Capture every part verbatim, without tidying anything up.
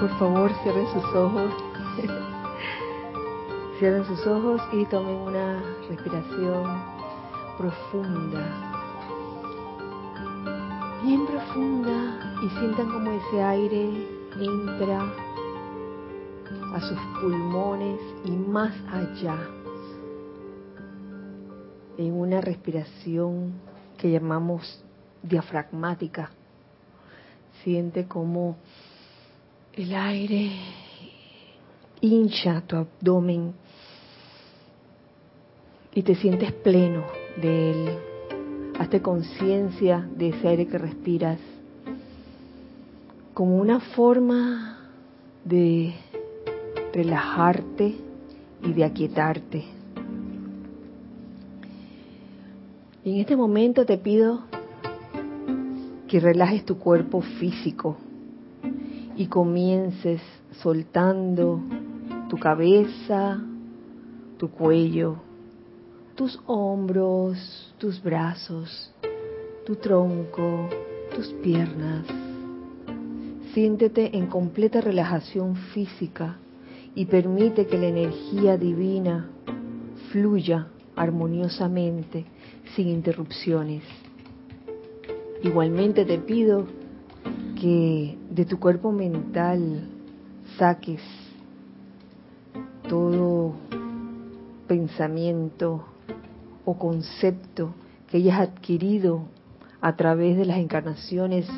por favor cierren sus ojos. Cierren sus ojos y tomen una respiración profunda. Bien profunda. Y sientan como ese aire entra a sus pulmones y más allá. En una respiración que llamamos diafragmática. Siente como el aire hincha tu abdomen y te sientes pleno de él. Hazte conciencia de ese aire que respiras como una forma de relajarte y de aquietarte. Y en este momento te pido que relajes tu cuerpo físico y comiences soltando tu cabeza, tu cuello, tus hombros, tus brazos, tu tronco, tus piernas. Siéntete en completa relajación física y permite que la energía divina fluya armoniosamente, sin interrupciones. Igualmente te pido que de tu cuerpo mental saques todo pensamiento o concepto que hayas adquirido a través de las encarnaciones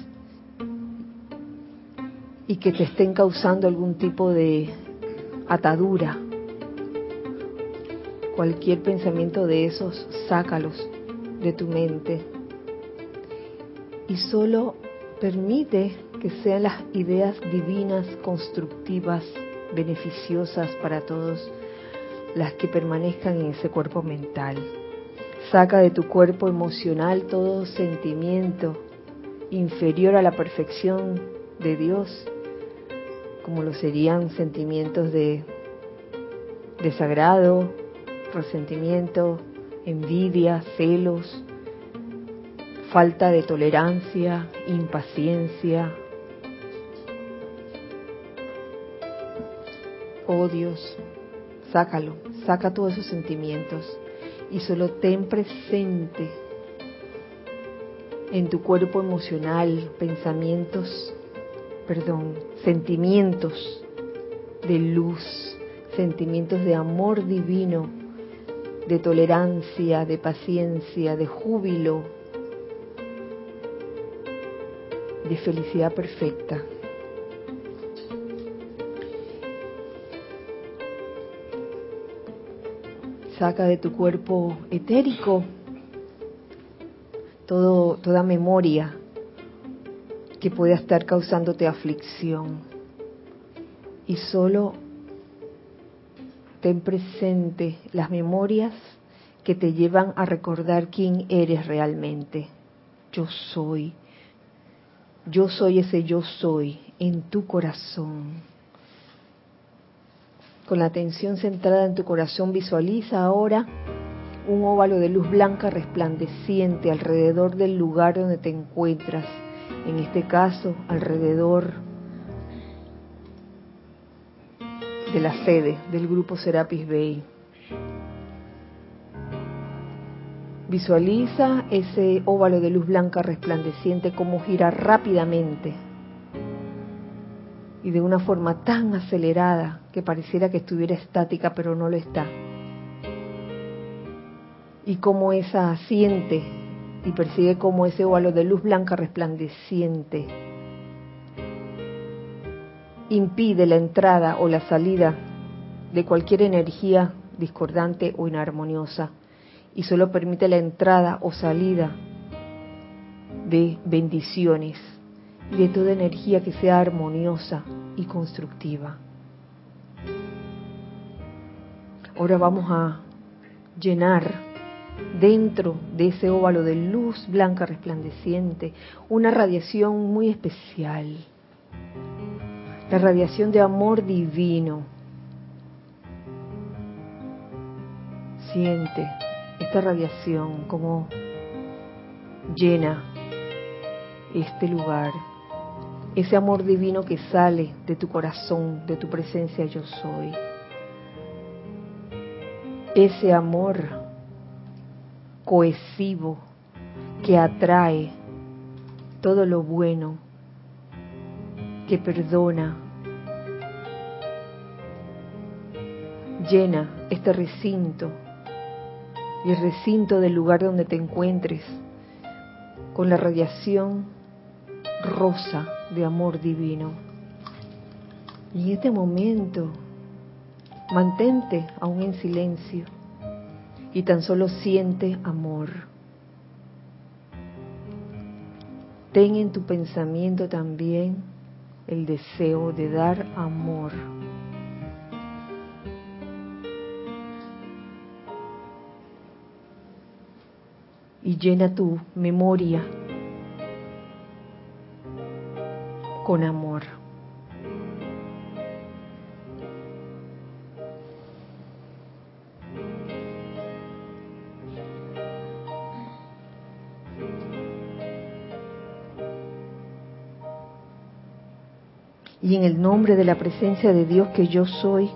y que te estén causando algún tipo de atadura. Cualquier pensamiento de esos, sácalos de tu mente y solo permite que sean las ideas divinas, constructivas, beneficiosas para todos, las que permanezcan en ese cuerpo mental. Saca de tu cuerpo emocional todo sentimiento inferior a la perfección de Dios, como lo serían sentimientos de desagrado, resentimiento, envidia, celos, falta de tolerancia, impaciencia, odios. Sácalo, saca todos esos sentimientos y solo ten presente en tu cuerpo emocional pensamientos, perdón, sentimientos de luz, sentimientos de amor divino, de tolerancia, de paciencia, de júbilo, de felicidad perfecta. Saca de tu cuerpo etérico todo, toda memoria que pueda estar causándote aflicción y solo ten presente las memorias que te llevan a recordar quién eres realmente. Yo soy. Yo soy ese yo soy en tu corazón. Con la atención centrada en tu corazón, visualiza ahora un óvalo de luz blanca resplandeciente alrededor del lugar donde te encuentras. En este caso, alrededor de la sede del grupo Serapis Bay. Visualiza ese óvalo de luz blanca resplandeciente como gira rápidamente y de una forma tan acelerada que pareciera que estuviera estática, pero no lo está. Y como esa siente y percibe como ese óvalo de luz blanca resplandeciente impide la entrada o la salida de cualquier energía discordante o inarmoniosa y solo permite la entrada o salida de bendiciones y de toda energía que sea armoniosa y constructiva. Ahora vamos a llenar dentro de ese óvalo de luz blanca resplandeciente una radiación muy especial, la radiación de amor divino. Siente esta radiación como llena este lugar ese amor divino que sale de tu corazón, de tu presencia yo soy. Ese amor cohesivo que atrae todo lo bueno, que perdona, llena este recinto y el recinto del lugar donde te encuentres con la radiación rosa de amor divino. Y en este momento, mantente aún en silencio y tan solo siente amor. Ten en tu pensamiento también el deseo de dar amor. Y llena tu memoria con amor. Y en el nombre de la presencia de Dios que yo soy,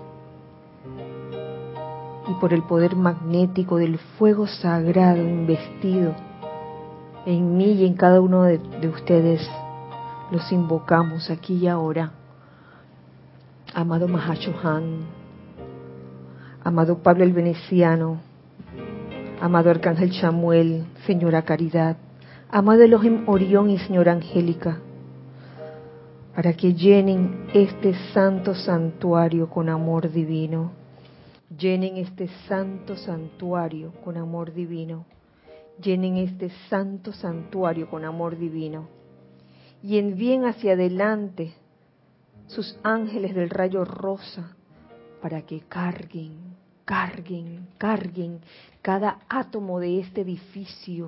y por el poder magnético del fuego sagrado investido en mí y en cada uno de, de ustedes, los invocamos aquí y ahora. Amado Mahashohan, amado Pablo el Veneciano, amado Arcángel Chamuel, Señora Caridad, amado Elohim Orión y Señora Angélica, para que llenen este santo santuario con amor divino. Llenen este santo santuario con amor divino. Llenen este santo santuario con amor divino. Y envíen hacia adelante sus ángeles del rayo rosa para que carguen, carguen, carguen cada átomo de este edificio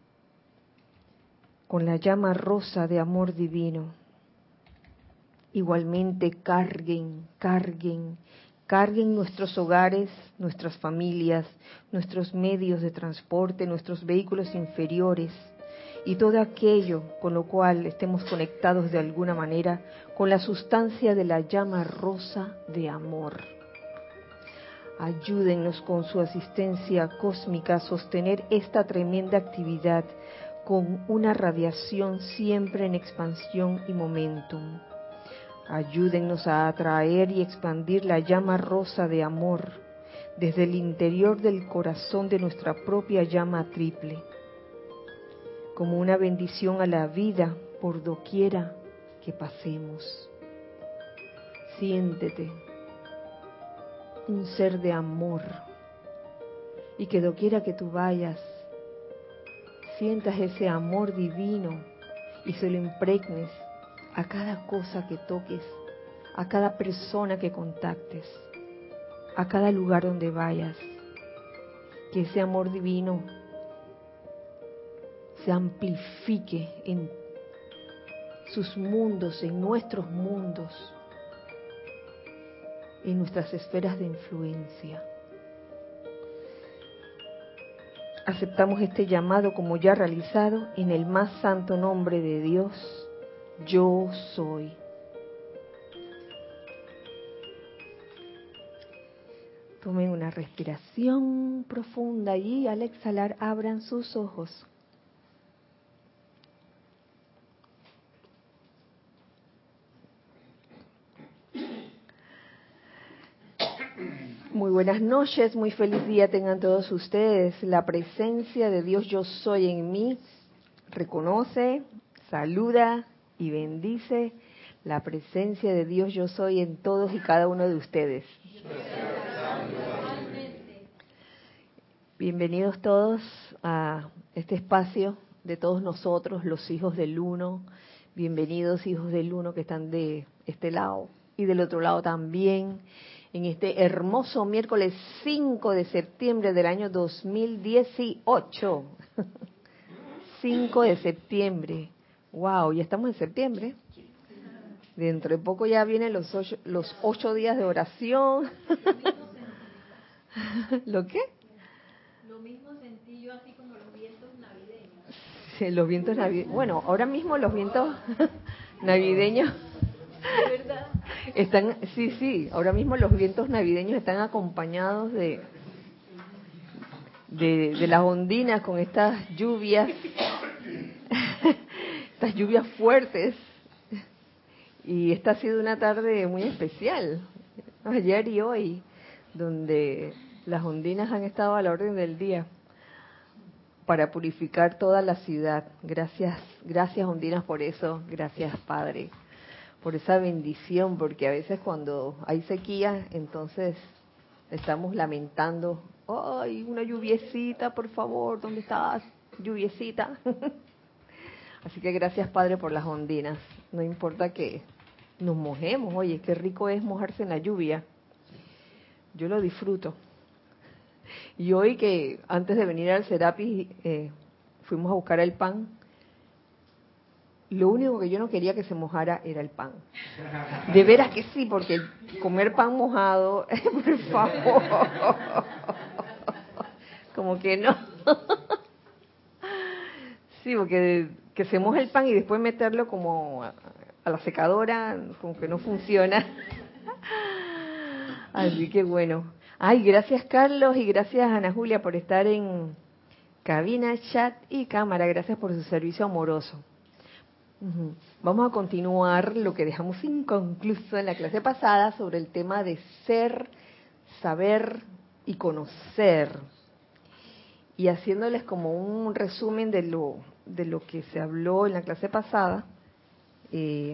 con la llama rosa de amor divino. Igualmente carguen, carguen, carguen nuestros hogares, nuestras familias, nuestros medios de transporte, nuestros vehículos inferiores y todo aquello con lo cual estemos conectados de alguna manera con la sustancia de la llama rosa de amor. Ayúdennos con su asistencia cósmica a sostener esta tremenda actividad con una radiación siempre en expansión y momentum. Ayúdennos a atraer y expandir la llama rosa de amor desde el interior del corazón de nuestra propia llama triple, como una bendición a la vida por doquiera que pasemos. Siéntete un ser de amor y que doquiera que tú vayas, sientas ese amor divino y se lo impregnes a cada cosa que toques, a cada persona que contactes, a cada lugar donde vayas. Que ese amor divino se amplifique en sus mundos, en nuestros mundos, en nuestras esferas de influencia. Aceptamos este llamado como ya realizado en el más santo nombre de Dios. Yo soy. Tomen una respiración profunda y al exhalar abran sus ojos. Muy buenas noches, muy feliz día tengan todos ustedes. La presencia de Dios yo soy en mí reconoce, saluda y bendice la presencia de Dios yo soy en todos y cada uno de ustedes. Bienvenidos todos a este espacio de todos nosotros, los hijos del Uno. Bienvenidos hijos del Uno que están de este lado y del otro lado también, en este hermoso miércoles cinco de septiembre del año dos mil dieciocho. cinco de septiembre. Wow, ya estamos en septiembre. Dentro de poco ya vienen los ocho, los ocho días de oración. ¿Lo qué? Lo mismo sentí yo así como los vientos navideños. Sí, los vientos navideños. Bueno, ahora mismo los vientos navideños. De verdad. Están, sí, sí, ahora mismo los vientos navideños están acompañados de, de, de las ondinas con estas lluvias, estas lluvias fuertes. Y esta ha sido una tarde muy especial, ayer y hoy, donde las ondinas han estado a la orden del día para purificar toda la ciudad. Gracias, gracias ondinas por eso, gracias Padre, por esa bendición, porque a veces cuando hay sequía, entonces estamos lamentando, ¡ay, una lluviecita, por favor! ¿Dónde estás, lluviecita? Así que gracias Padre por las ondinas. No importa que nos mojemos, oye, qué rico es mojarse en la lluvia. Yo lo disfruto. Y hoy que antes de venir al Serapis eh, fuimos a buscar el pan, lo único que yo no quería que se mojara era el pan. De veras que sí, porque comer pan mojado, por favor, como que no. Sí, porque que se moje el pan y después meterlo como a, a la secadora, como que no funciona. Así que bueno. Ay, gracias Carlos y gracias Ana Julia por estar en cabina, chat y cámara. Gracias por su servicio amoroso. Uh-huh. Vamos a continuar lo que dejamos inconcluso en la clase pasada sobre el tema de ser, saber y conocer. Y haciéndoles como un resumen de lo, de lo que se habló en la clase pasada, eh,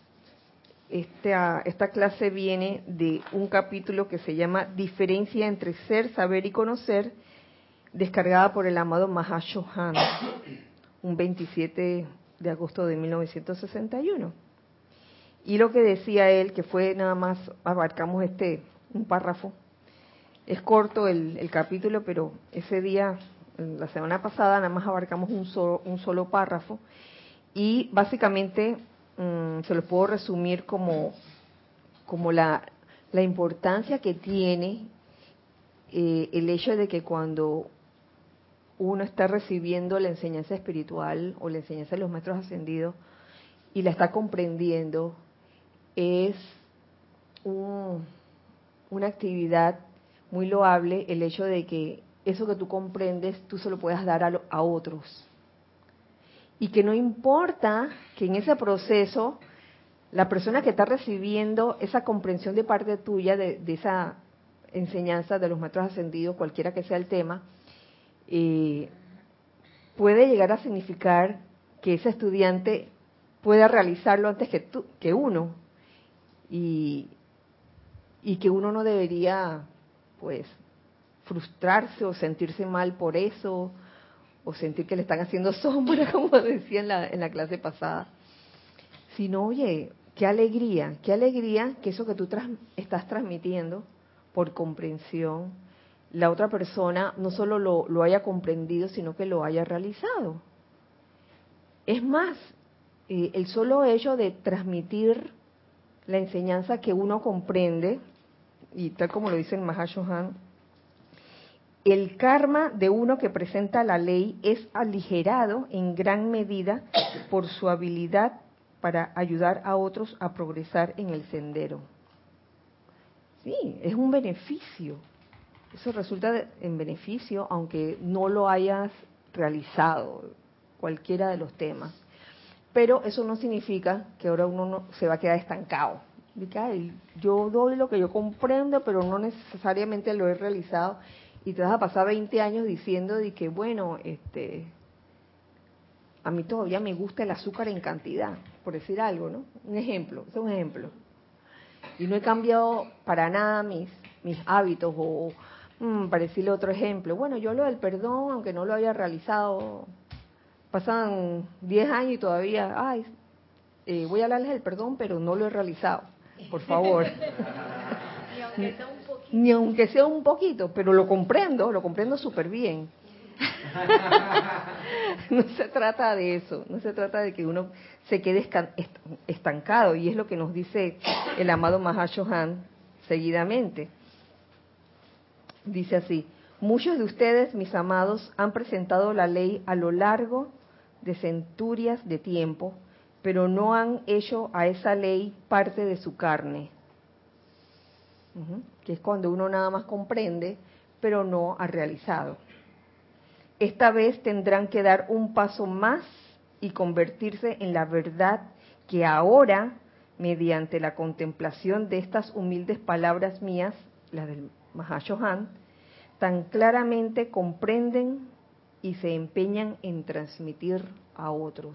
esta, esta clase viene de un capítulo que se llama Diferencia entre ser, saber y conocer, descargada por el amado Mahashohan, un veintisiete de agosto de mil novecientos sesenta y uno. Y lo que decía él, que fue nada más, abarcamos este, un párrafo, es corto el, el capítulo, pero ese día, la semana pasada, nada más abarcamos un solo, un solo párrafo, y básicamente mmm, se lo puedo resumir como, como la, la importancia que tiene eh, el hecho de que cuando uno está recibiendo la enseñanza espiritual o la enseñanza de los maestros ascendidos y la está comprendiendo, es un, una actividad muy loable el hecho de que eso que tú comprendes tú se lo puedas dar a, lo, a otros. Y que no importa que en ese proceso la persona que está recibiendo esa comprensión de parte tuya de, de esa enseñanza de los maestros ascendidos, cualquiera que sea el tema, eh, puede llegar a significar que ese estudiante pueda realizarlo antes que, tú, que uno. Y, y que uno no debería, pues, frustrarse o sentirse mal por eso, o sentir que le están haciendo sombra, como decía en la, en la clase pasada. Sino, oye, qué alegría, qué alegría que eso que tú tras, estás transmitiendo por comprensión, la otra persona no solo lo, lo haya comprendido, sino que lo haya realizado. Es más, eh, el solo hecho de transmitir la enseñanza que uno comprende, y tal como lo dice el Mahashohan, el karma de uno que presenta la ley es aligerado en gran medida por su habilidad para ayudar a otros a progresar en el sendero. Sí, es un beneficio. Eso resulta de, en beneficio, aunque no lo hayas realizado, cualquiera de los temas. Pero eso no significa que ahora uno no, se va a quedar estancado. Yo doy lo que yo comprendo, pero no necesariamente lo he realizado. Y te vas a pasar veinte años diciendo de que, bueno, este, a mí todavía me gusta el azúcar en cantidad, por decir algo, ¿no? Un ejemplo, ese es un ejemplo. Y no he cambiado para nada mis, mis hábitos, o mm, para decirle otro ejemplo. Bueno, yo lo del perdón, aunque no lo haya realizado, pasan diez años y todavía, ay, eh, voy a hablarles del perdón, pero no lo he realizado, por favor. Ni aunque sea un poquito. Ni aunque sea un poquito, pero lo comprendo, lo comprendo súper bien. No se trata de eso, no se trata de que uno se quede estancado, y es lo que nos dice el amado Mahashohan seguidamente. Dice así: muchos de ustedes, mis amados, han presentado la ley a lo largo de centurias de tiempo, pero no han hecho a esa ley parte de su carne. Uh-huh. Que es cuando uno nada más comprende, pero no ha realizado. Esta vez tendrán que dar un paso más y convertirse en la verdad que ahora, mediante la contemplación de estas humildes palabras mías, las del Mahashohan, tan claramente comprenden y se empeñan en transmitir a otros.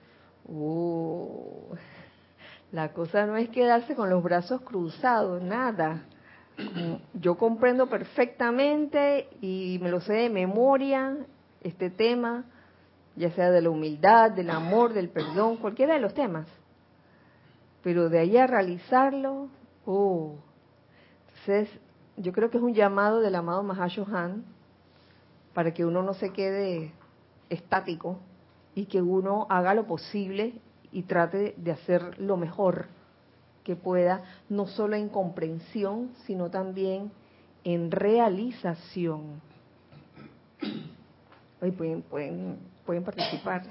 Uh, la cosa no es quedarse con los brazos cruzados, nada. Yo comprendo perfectamente y me lo sé de memoria, este tema, ya sea de la humildad, del amor, del perdón, cualquiera de los temas. Pero de ahí a realizarlo, oh, entonces yo creo que es un llamado del amado Mahashohan para que uno no se quede estático y que uno haga lo posible y trate de hacer lo mejor que pueda, no solo en comprensión, sino también en realización. Ay, pueden, pueden, pueden participar.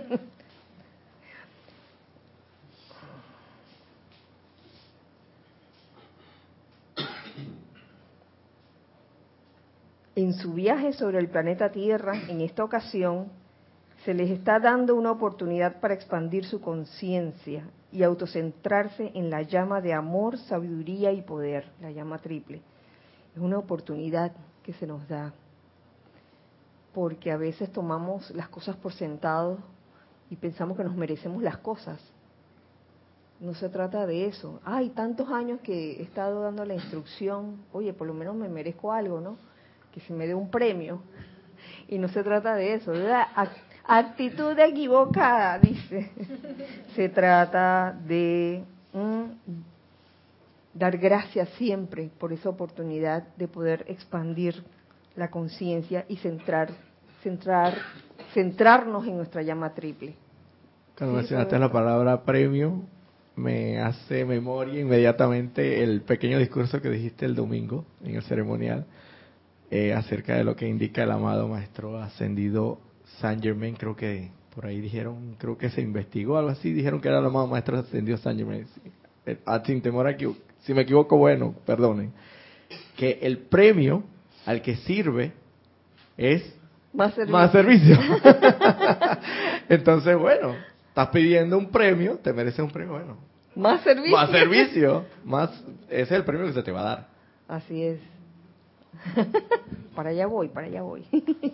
En su viaje sobre el planeta Tierra, en esta ocasión, se les está dando una oportunidad para expandir su conciencia y autocentrarse en la llama de amor, sabiduría y poder, la llama triple. Es una oportunidad que se nos da, porque a veces tomamos las cosas por sentado y pensamos que nos merecemos las cosas. No se trata de eso. Ay, tantos años que he estado dando la instrucción, oye, por lo menos me merezco algo, ¿no? Que se me dé un premio. Y no se trata de eso, de la actitud equivocada, dice. Se trata de mm, dar gracias siempre por esa oportunidad de poder expandir la conciencia y centrar, centrar, centrarnos en nuestra llama triple. Cuando ¿Sí, mencionaste Roberto? la palabra premio, me hace memoria inmediatamente el pequeño discurso que dijiste el domingo en el ceremonial, eh, acerca de lo que indica el amado Maestro Ascendido Saint Germain. Creo que por ahí dijeron, creo que se investigó algo así, dijeron que era el amado Maestro Ascendido Saint Germain. Eh, sin temor a que, si me equivoco, bueno, perdonen. Que el premio al que sirve es Más servicio. más servicio. Entonces, bueno, estás pidiendo un premio, te mereces un premio, bueno. Más servicio. Más servicio. Más, ese es el premio que se te va a dar. Así es. Para allá voy, para allá voy.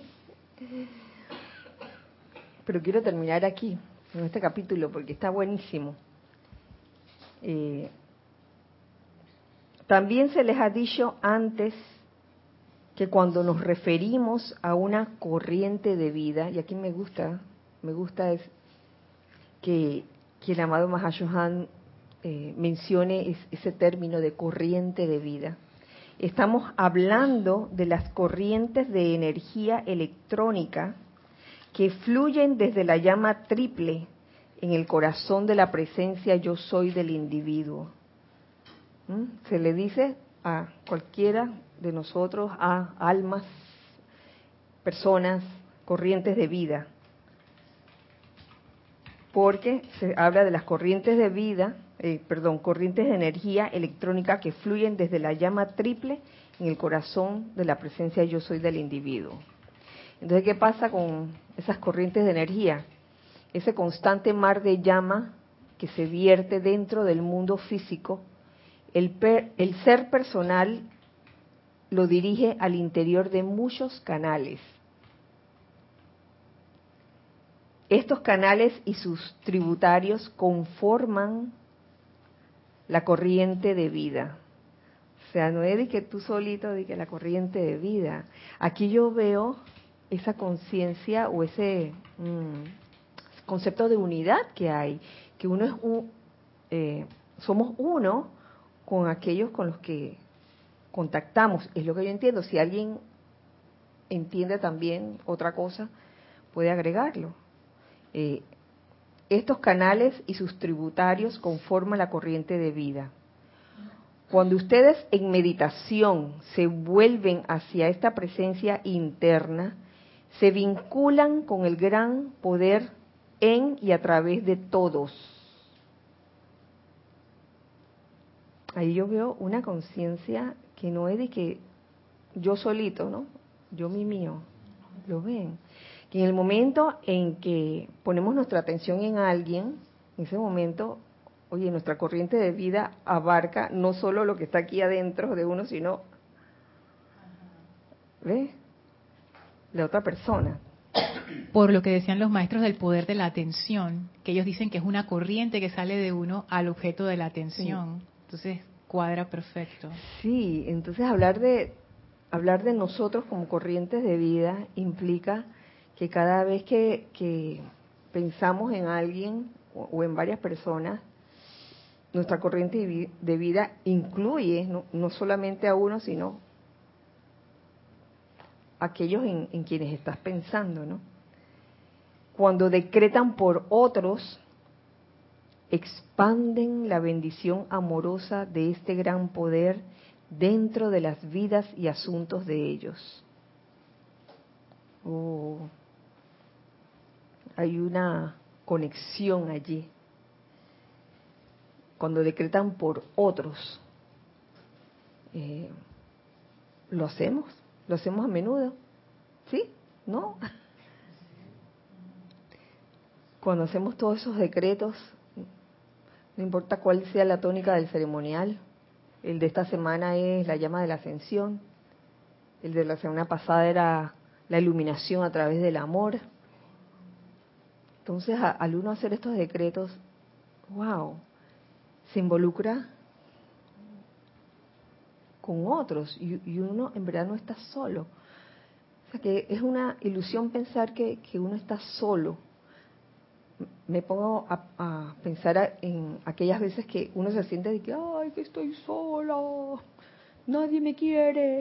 Pero quiero terminar aquí, en este capítulo, porque está buenísimo. Eh, también se les ha dicho antes que cuando nos referimos a una corriente de vida, y aquí me gusta, me gusta es que, que el amado Mahashohan eh, mencione es, ese término de corriente de vida. Estamos hablando de las corrientes de energía electrónica que fluyen desde la llama triple en el corazón de la presencia yo soy del individuo. ¿Mm? Se le dice a cualquiera de nosotros, a almas, personas, corrientes de vida, porque se habla de las corrientes de vida, eh, perdón, corrientes de energía electrónica que fluyen desde la llama triple en el corazón de la presencia yo soy del individuo. Entonces, ¿qué pasa con esas corrientes de energía? Ese constante mar de llama que se vierte dentro del mundo físico, el, per, el ser personal lo dirige al interior de muchos canales. Estos canales y sus tributarios conforman la corriente de vida. O sea, no es de que tú solito, de que la corriente de vida. Aquí yo veo esa conciencia o ese mm, concepto de unidad que hay, que uno es un, eh, somos uno con aquellos con los que contactamos. Es lo que yo entiendo. Si alguien entiende también otra cosa, puede agregarlo. Eh, estos canales y sus tributarios conforman la corriente de vida. Cuando ustedes en meditación se vuelven hacia esta presencia interna, se vinculan con el gran poder en y a través de todos. Ahí yo veo una conciencia que no es de que yo solito, ¿no? Yo mi mío. ¿Lo ven? Que en el momento en que ponemos nuestra atención en alguien, en ese momento, oye, nuestra corriente de vida abarca no solo lo que está aquí adentro de uno, sino, ¿ves? La otra persona. Por lo que decían los maestros del poder de la atención, que ellos dicen que es una corriente que sale de uno al objeto de la atención. Sí. Entonces, cuadra perfecto. Sí, entonces hablar de hablar de nosotros como corrientes de vida implica que cada vez que, que pensamos en alguien o, o en varias personas, nuestra corriente de vida incluye no, no solamente a uno, sino a aquellos en, en quienes estás pensando, ¿no? Cuando decretan por otros, expanden la bendición amorosa de este gran poder dentro de las vidas y asuntos de ellos. Oh, hay una conexión allí. Cuando decretan por otros, eh, ¿lo hacemos? ¿Lo hacemos a menudo? ¿Sí? ¿No? Cuando hacemos todos esos decretos, no importa cuál sea la tónica del ceremonial, el de esta semana es la llama de la ascensión, el de la semana pasada era la iluminación a través del amor. Entonces, a, al uno hacer estos decretos, wow, se involucra con otros y, y uno en verdad no está solo. O sea que es una ilusión pensar que, que uno está solo. Me pongo a, a pensar en aquellas veces que uno se siente de que, ay, que estoy sola, nadie me quiere.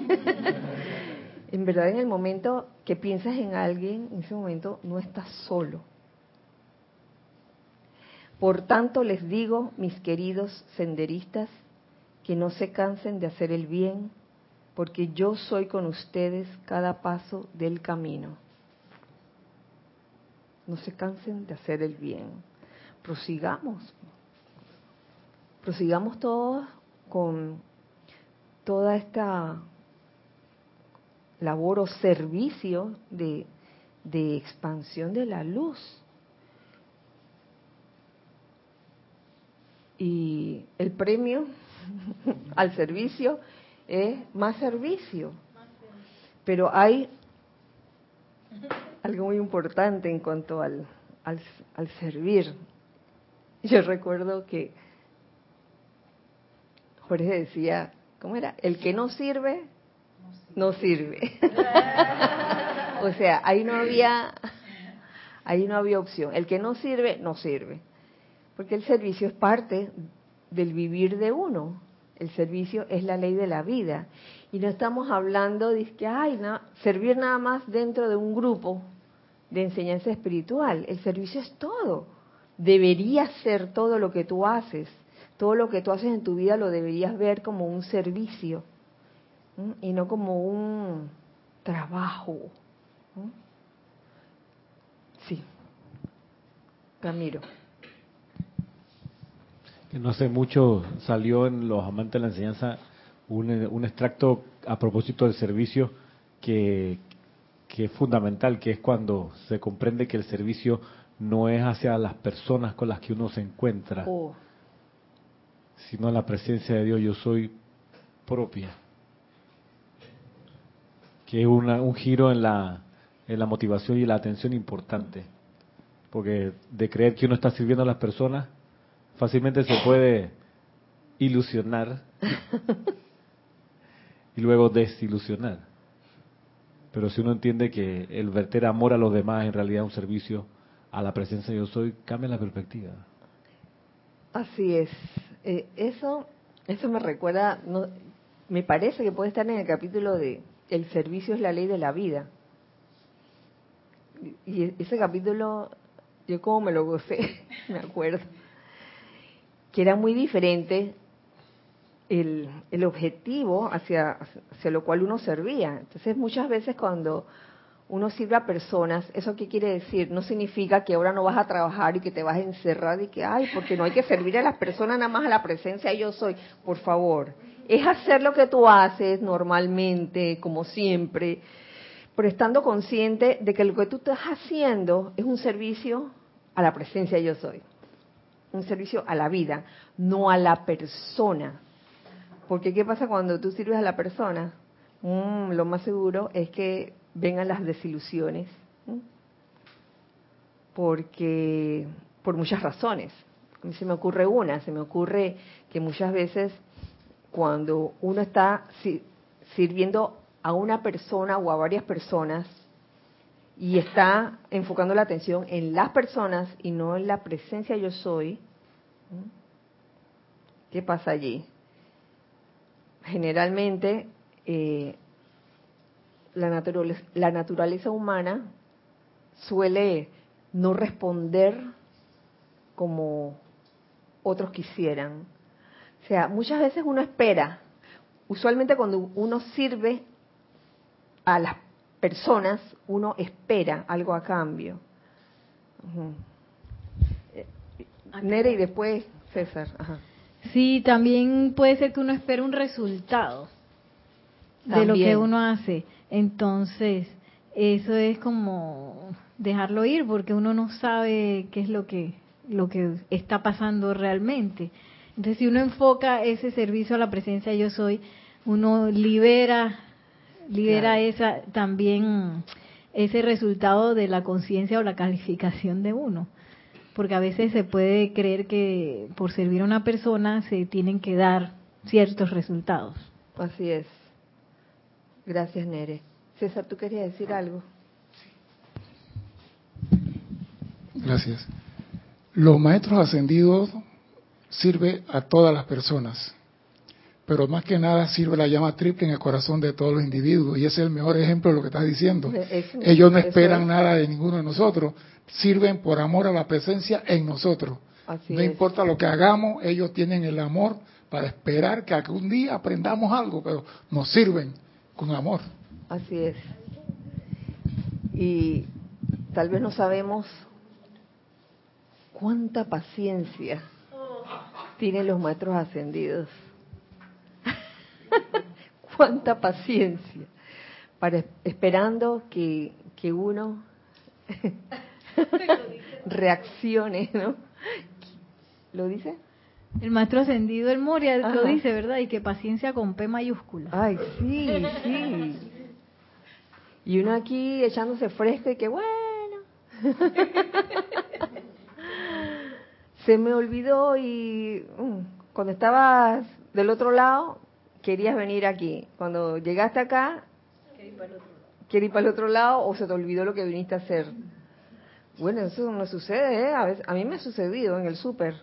En verdad, en el momento que piensas en alguien, en ese momento no estás solo. Por tanto, les digo, mis queridos senderistas, que no se cansen de hacer el bien, porque yo soy con ustedes cada paso del camino. No se cansen de hacer el bien. Prosigamos. Prosigamos todos con toda esta labor o servicio de, de expansión de la luz. Y el premio al servicio es más servicio. Pero hay algo muy importante en cuanto al, al, al servir. Yo recuerdo que Jorge decía, ¿cómo era? El que no sirve, no sirve. O sea, ahí no había, ahí no había opción. El que no sirve, no sirve. Porque el servicio es parte del vivir de uno. El servicio es la ley de la vida. Y no estamos hablando de que, ay, no, servir nada más dentro de un grupo de enseñanza espiritual. El servicio es todo. Debería ser todo lo que tú haces. Todo lo que tú haces en tu vida lo deberías ver como un servicio, ¿sí? Y no como un trabajo. ¿Sí? Sí. Ramiro. No hace mucho salió en Los Amantes de la Enseñanza un, un extracto a propósito del servicio que, que es fundamental, que es cuando se comprende que el servicio no es hacia las personas con las que uno se encuentra, oh. sino a la presencia de Dios, yo soy propia. Que es una, un giro en la, en la motivación y la atención importante. Porque de creer que uno está sirviendo a las personas, fácilmente se puede ilusionar y luego desilusionar. Pero si uno entiende que el verter amor a los demás en realidad es un servicio a la presencia de yo soy, cambia la perspectiva. Así es. Eh, eso, eso me recuerda, no, me parece que puede estar en el capítulo de El servicio es la ley de la vida. Y, y ese capítulo, yo como me lo gocé, me acuerdo, que era muy diferente el, el objetivo hacia, hacia lo cual uno servía. Entonces muchas veces cuando uno sirve a personas, ¿eso qué quiere decir? No significa que ahora no vas a trabajar y que te vas a encerrar y que, ay, porque no hay que servir a las personas nada más a la presencia yo soy. Por favor, es hacer lo que tú haces normalmente, como siempre, pero estando consciente de que lo que tú estás haciendo es un servicio a la presencia yo soy. Un servicio a la vida, no a la persona. Porque ¿qué pasa cuando tú sirves a la persona? Mm, lo más seguro es que vengan las desilusiones, ¿sí? Porque por muchas razones. A mí se me ocurre una, se me ocurre que muchas veces cuando uno está si, sirviendo a una persona o a varias personas y está enfocando la atención en las personas y no en la presencia yo soy, ¿sí? ¿Qué pasa allí? Generalmente eh, la naturaleza, la naturaleza humana suele no responder como otros quisieran. O sea, muchas veces uno espera, usualmente cuando uno sirve a las personas, uno espera algo a cambio. Uh-huh. Eh, Nere y después César. Ajá. Sí, también puede ser que uno espere un resultado de También. lo que uno hace. Entonces, eso es como dejarlo ir porque uno no sabe qué es lo que lo que está pasando realmente. Entonces, si uno enfoca ese servicio a la presencia yo soy, uno libera libera Claro. esa también ese resultado de la conciencia o la calificación de uno. Porque a veces se puede creer que por servir a una persona se tienen que dar ciertos resultados. Así es. Gracias, Nere. César, ¿tú querías decir algo? Gracias. Los maestros ascendidos sirven a todas las personas, pero más que nada sirve la llama triple en el corazón de todos los individuos, y ese es el mejor ejemplo de lo que estás diciendo. Es, Ellos no esperan es. nada de ninguno de nosotros, sirven por amor a la presencia en nosotros. Así no es. importa lo que hagamos, ellos tienen el amor para esperar que algún día aprendamos algo, pero nos sirven con amor. Así es. Y tal vez no sabemos cuánta paciencia tienen los maestros ascendidos. Cuánta paciencia para esperando que, que uno reaccione, ¿no? ¿Lo dice? El maestro ascendido, el Moria, Ajá. lo dice, ¿verdad? Y que paciencia con P mayúscula. Ay, sí, sí. Y uno aquí echándose fresco y que bueno. Se me olvidó y um, cuando estabas del otro lado, querías venir aquí. Cuando llegaste acá, querías ir para el otro lado o se te olvidó lo que viniste a hacer. Bueno, eso no sucede, ¿eh? A veces, a mí me ha sucedido en el súper.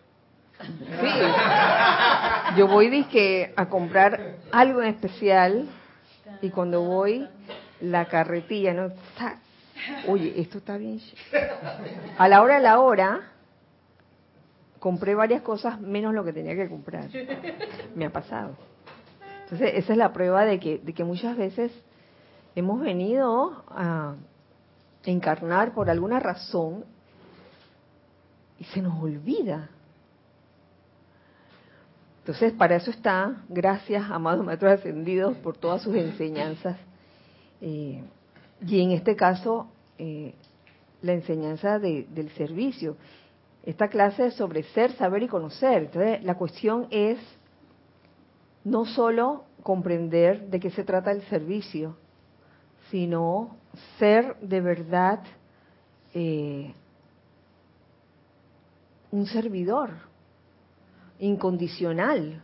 Sí. Yo voy dizque a comprar algo en especial y cuando voy, la carretilla, ¿no? Oye, esto está bien. A la hora de la hora, compré varias cosas menos lo que tenía que comprar. Me ha pasado. Entonces, esa es la prueba de que, de que muchas veces hemos venido a encarnar por alguna razón y se nos olvida. Entonces, para eso está, gracias, amados maestros ascendidos, por todas sus enseñanzas. Eh, y en este caso, eh, la enseñanza de, del servicio. Esta clase es sobre ser, saber y conocer. Entonces, la cuestión es no solo comprender de qué se trata el servicio, sino ser de verdad eh, un servidor incondicional.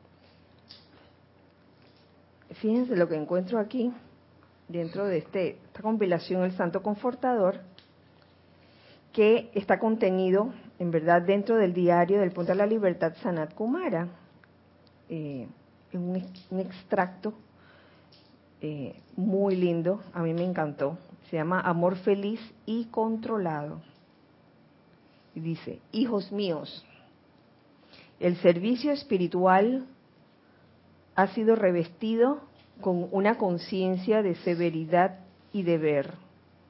Fíjense lo que encuentro aquí, dentro de este, esta compilación El Santo Confortador, que está contenido, en verdad, dentro del diario del Puente a la Libertad Sanat Kumara, eh, un, un extracto eh, muy lindo, a mí me encantó, se llama Amor Feliz y Controlado. Y dice, hijos míos, el servicio espiritual ha sido revestido con una conciencia de severidad y deber.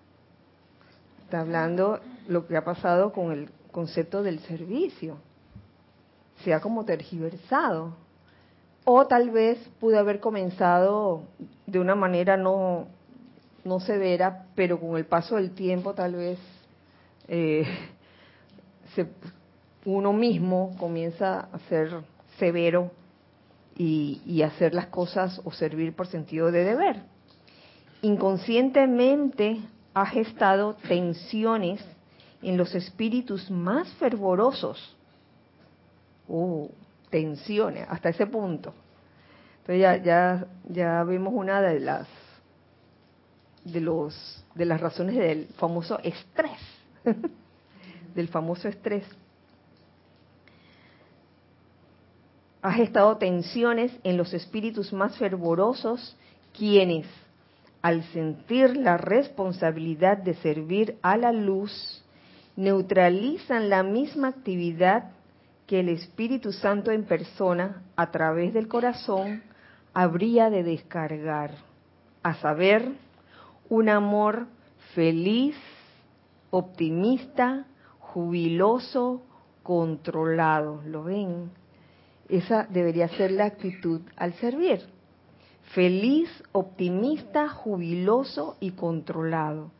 Está hablando lo que ha pasado con el concepto del servicio. Se ha como tergiversado. O tal vez pudo haber comenzado de una manera no, no severa, pero con el paso del tiempo tal vez eh, se, uno mismo comienza a ser severo y, y hacer las cosas o servir por sentido de deber. Inconscientemente ha gestado tensiones en los espíritus más fervorosos. Uh, tensiones, hasta ese punto. Entonces ya, ya, ya vemos una de las de los de las razones del famoso estrés, del famoso estrés. Ha gestado tensiones en los espíritus más fervorosos, quienes, al sentir la responsabilidad de servir a la luz, neutralizan la misma actividad que el Espíritu Santo en persona, a través del corazón, habría de descargar, a saber, un amor feliz, optimista, jubiloso, controlado. ¿Lo ven? Esa debería ser la actitud al servir. Feliz, optimista, jubiloso y controlado.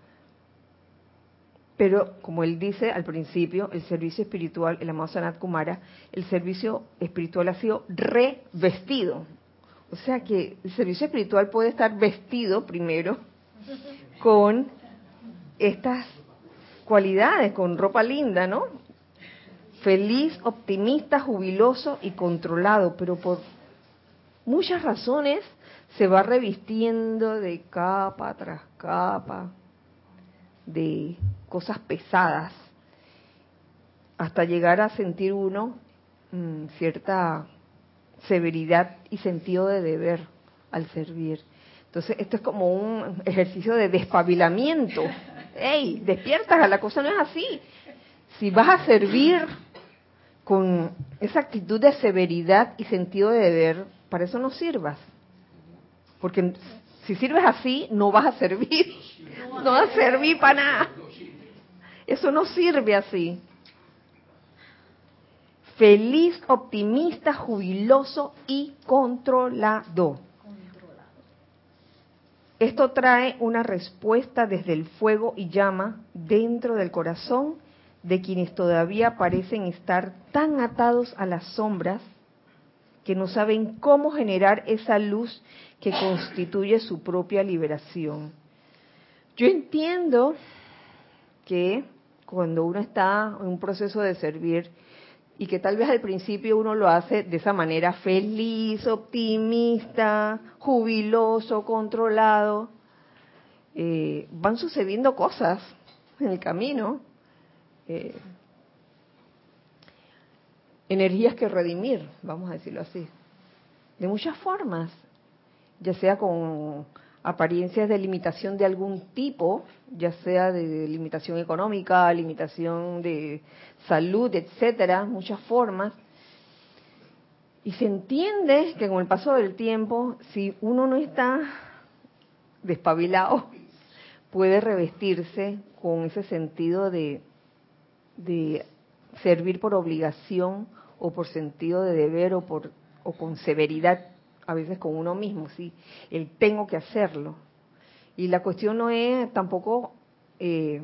Pero, como él dice al principio, el servicio espiritual, el amado Sanat Kumara, el servicio espiritual ha sido revestido. O sea que el servicio espiritual puede estar vestido primero con estas cualidades, con ropa linda, ¿no? Feliz, optimista, jubiloso y controlado, pero por muchas razones se va revistiendo de capa tras capa, de cosas pesadas, hasta llegar a sentir uno mmm, cierta severidad y sentido de deber al servir. Entonces esto es como un ejercicio de despabilamiento. ¡Ey! Despiertas, la cosa no es así. Si vas a servir con esa actitud de severidad y sentido de deber, para eso no sirvas. Porque si sirves así, no vas a servir. No vas a servir para nada. Eso no sirve así. Feliz, optimista, jubiloso y controlado. Esto trae una respuesta desde el fuego y llama dentro del corazón de quienes todavía parecen estar tan atados a las sombras que no saben cómo generar esa luz que constituye su propia liberación. Yo entiendo que cuando uno está en un proceso de servir y que tal vez al principio uno lo hace de esa manera feliz, optimista, jubiloso, controlado, eh, van sucediendo cosas en el camino, eh, energías que redimir, vamos a decirlo así, de muchas formas, ya sea con apariencias de limitación de algún tipo, ya sea de limitación económica, limitación de salud, etcétera, muchas formas. Y se entiende que con el paso del tiempo, si uno no está despabilado, puede revestirse con ese sentido de, de servir por obligación o por sentido de deber o por o con severidad, a veces con uno mismo, sí, el tengo que hacerlo. Y la cuestión no es tampoco eh,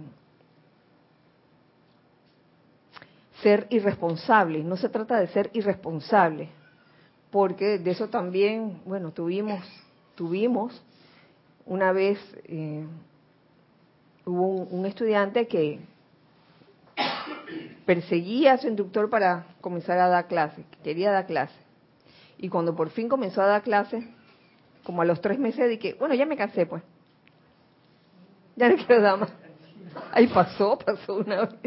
ser irresponsable, no se trata de ser irresponsable, porque de eso también, bueno, tuvimos, tuvimos una vez, eh, hubo un, un estudiante que perseguía a su instructor para comenzar a dar clases, quería dar clases. Y cuando por fin comenzó a dar clases, como a los tres meses dije, bueno, ya me cansé pues. Ya no quiero dar más. Ahí pasó, pasó una vez.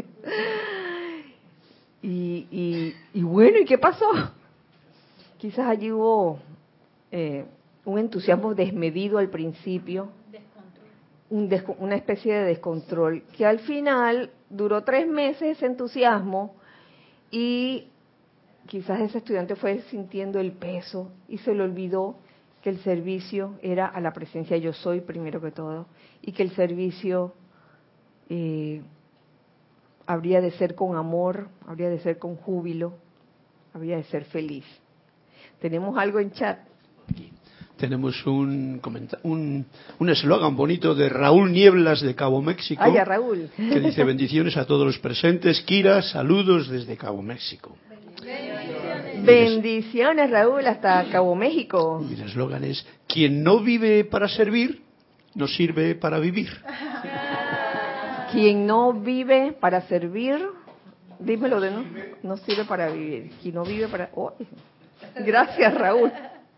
Y, y, y bueno, ¿y qué pasó? Quizás allí hubo eh, un entusiasmo desmedido al principio. Un des, una especie de descontrol, que al final duró tres meses ese entusiasmo y quizás ese estudiante fue sintiendo el peso y se le olvidó que el servicio era a la presencia yo soy primero que todo y que el servicio eh, habría de ser con amor, habría de ser con júbilo, habría de ser feliz. ¿Tenemos algo en chat? Tenemos un comenta- un un eslogan bonito de Raúl Nieblas de Cabo México. Ay, a Raúl. Que dice: bendiciones a todos los presentes. Kira, saludos desde Cabo México. Bendiciones, Raúl, hasta Cabo México. Y el eslogan es: quien no vive para servir, no sirve para vivir. Quien no vive para servir, dímelo de nuevo, no sirve para vivir. Quien no vive para... Oh, gracias, Raúl.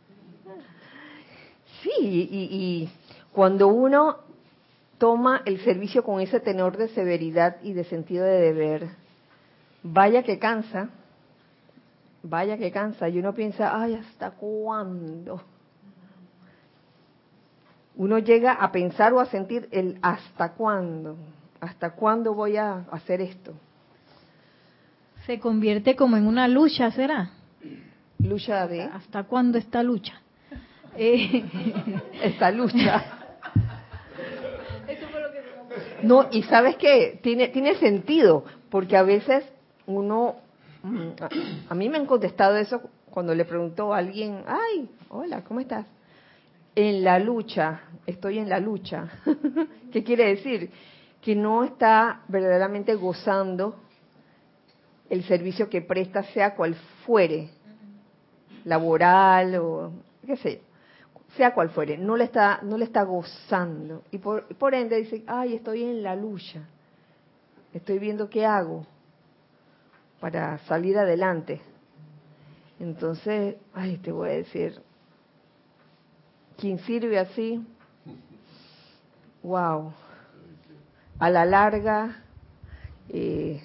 Sí, y, y cuando uno toma el servicio con ese tenor de severidad y de sentido de deber, vaya que cansa, vaya que cansa, y uno piensa, ay, ¿hasta cuándo? Uno llega a pensar o a sentir el ¿hasta cuándo? ¿Hasta cuándo voy a hacer esto? Se convierte como en una lucha, ¿será? Lucha de... ¿Hasta cuándo esta lucha? Eh, esta lucha. No, y sabes qué, tiene tiene sentido, porque a veces uno, a, a mí me han contestado eso cuando le preguntó a alguien, ay, hola, ¿cómo estás? En la lucha, estoy en la lucha. ¿Qué quiere decir? Que no está verdaderamente gozando el servicio que presta, sea cual fuere, laboral o qué sé, sea cual fuere, no le está no le está gozando, y por, por ende dice, ay, estoy en la lucha, estoy viendo qué hago para salir adelante. Entonces, ay, te voy a decir, quien sirve así, wow, a la larga eh,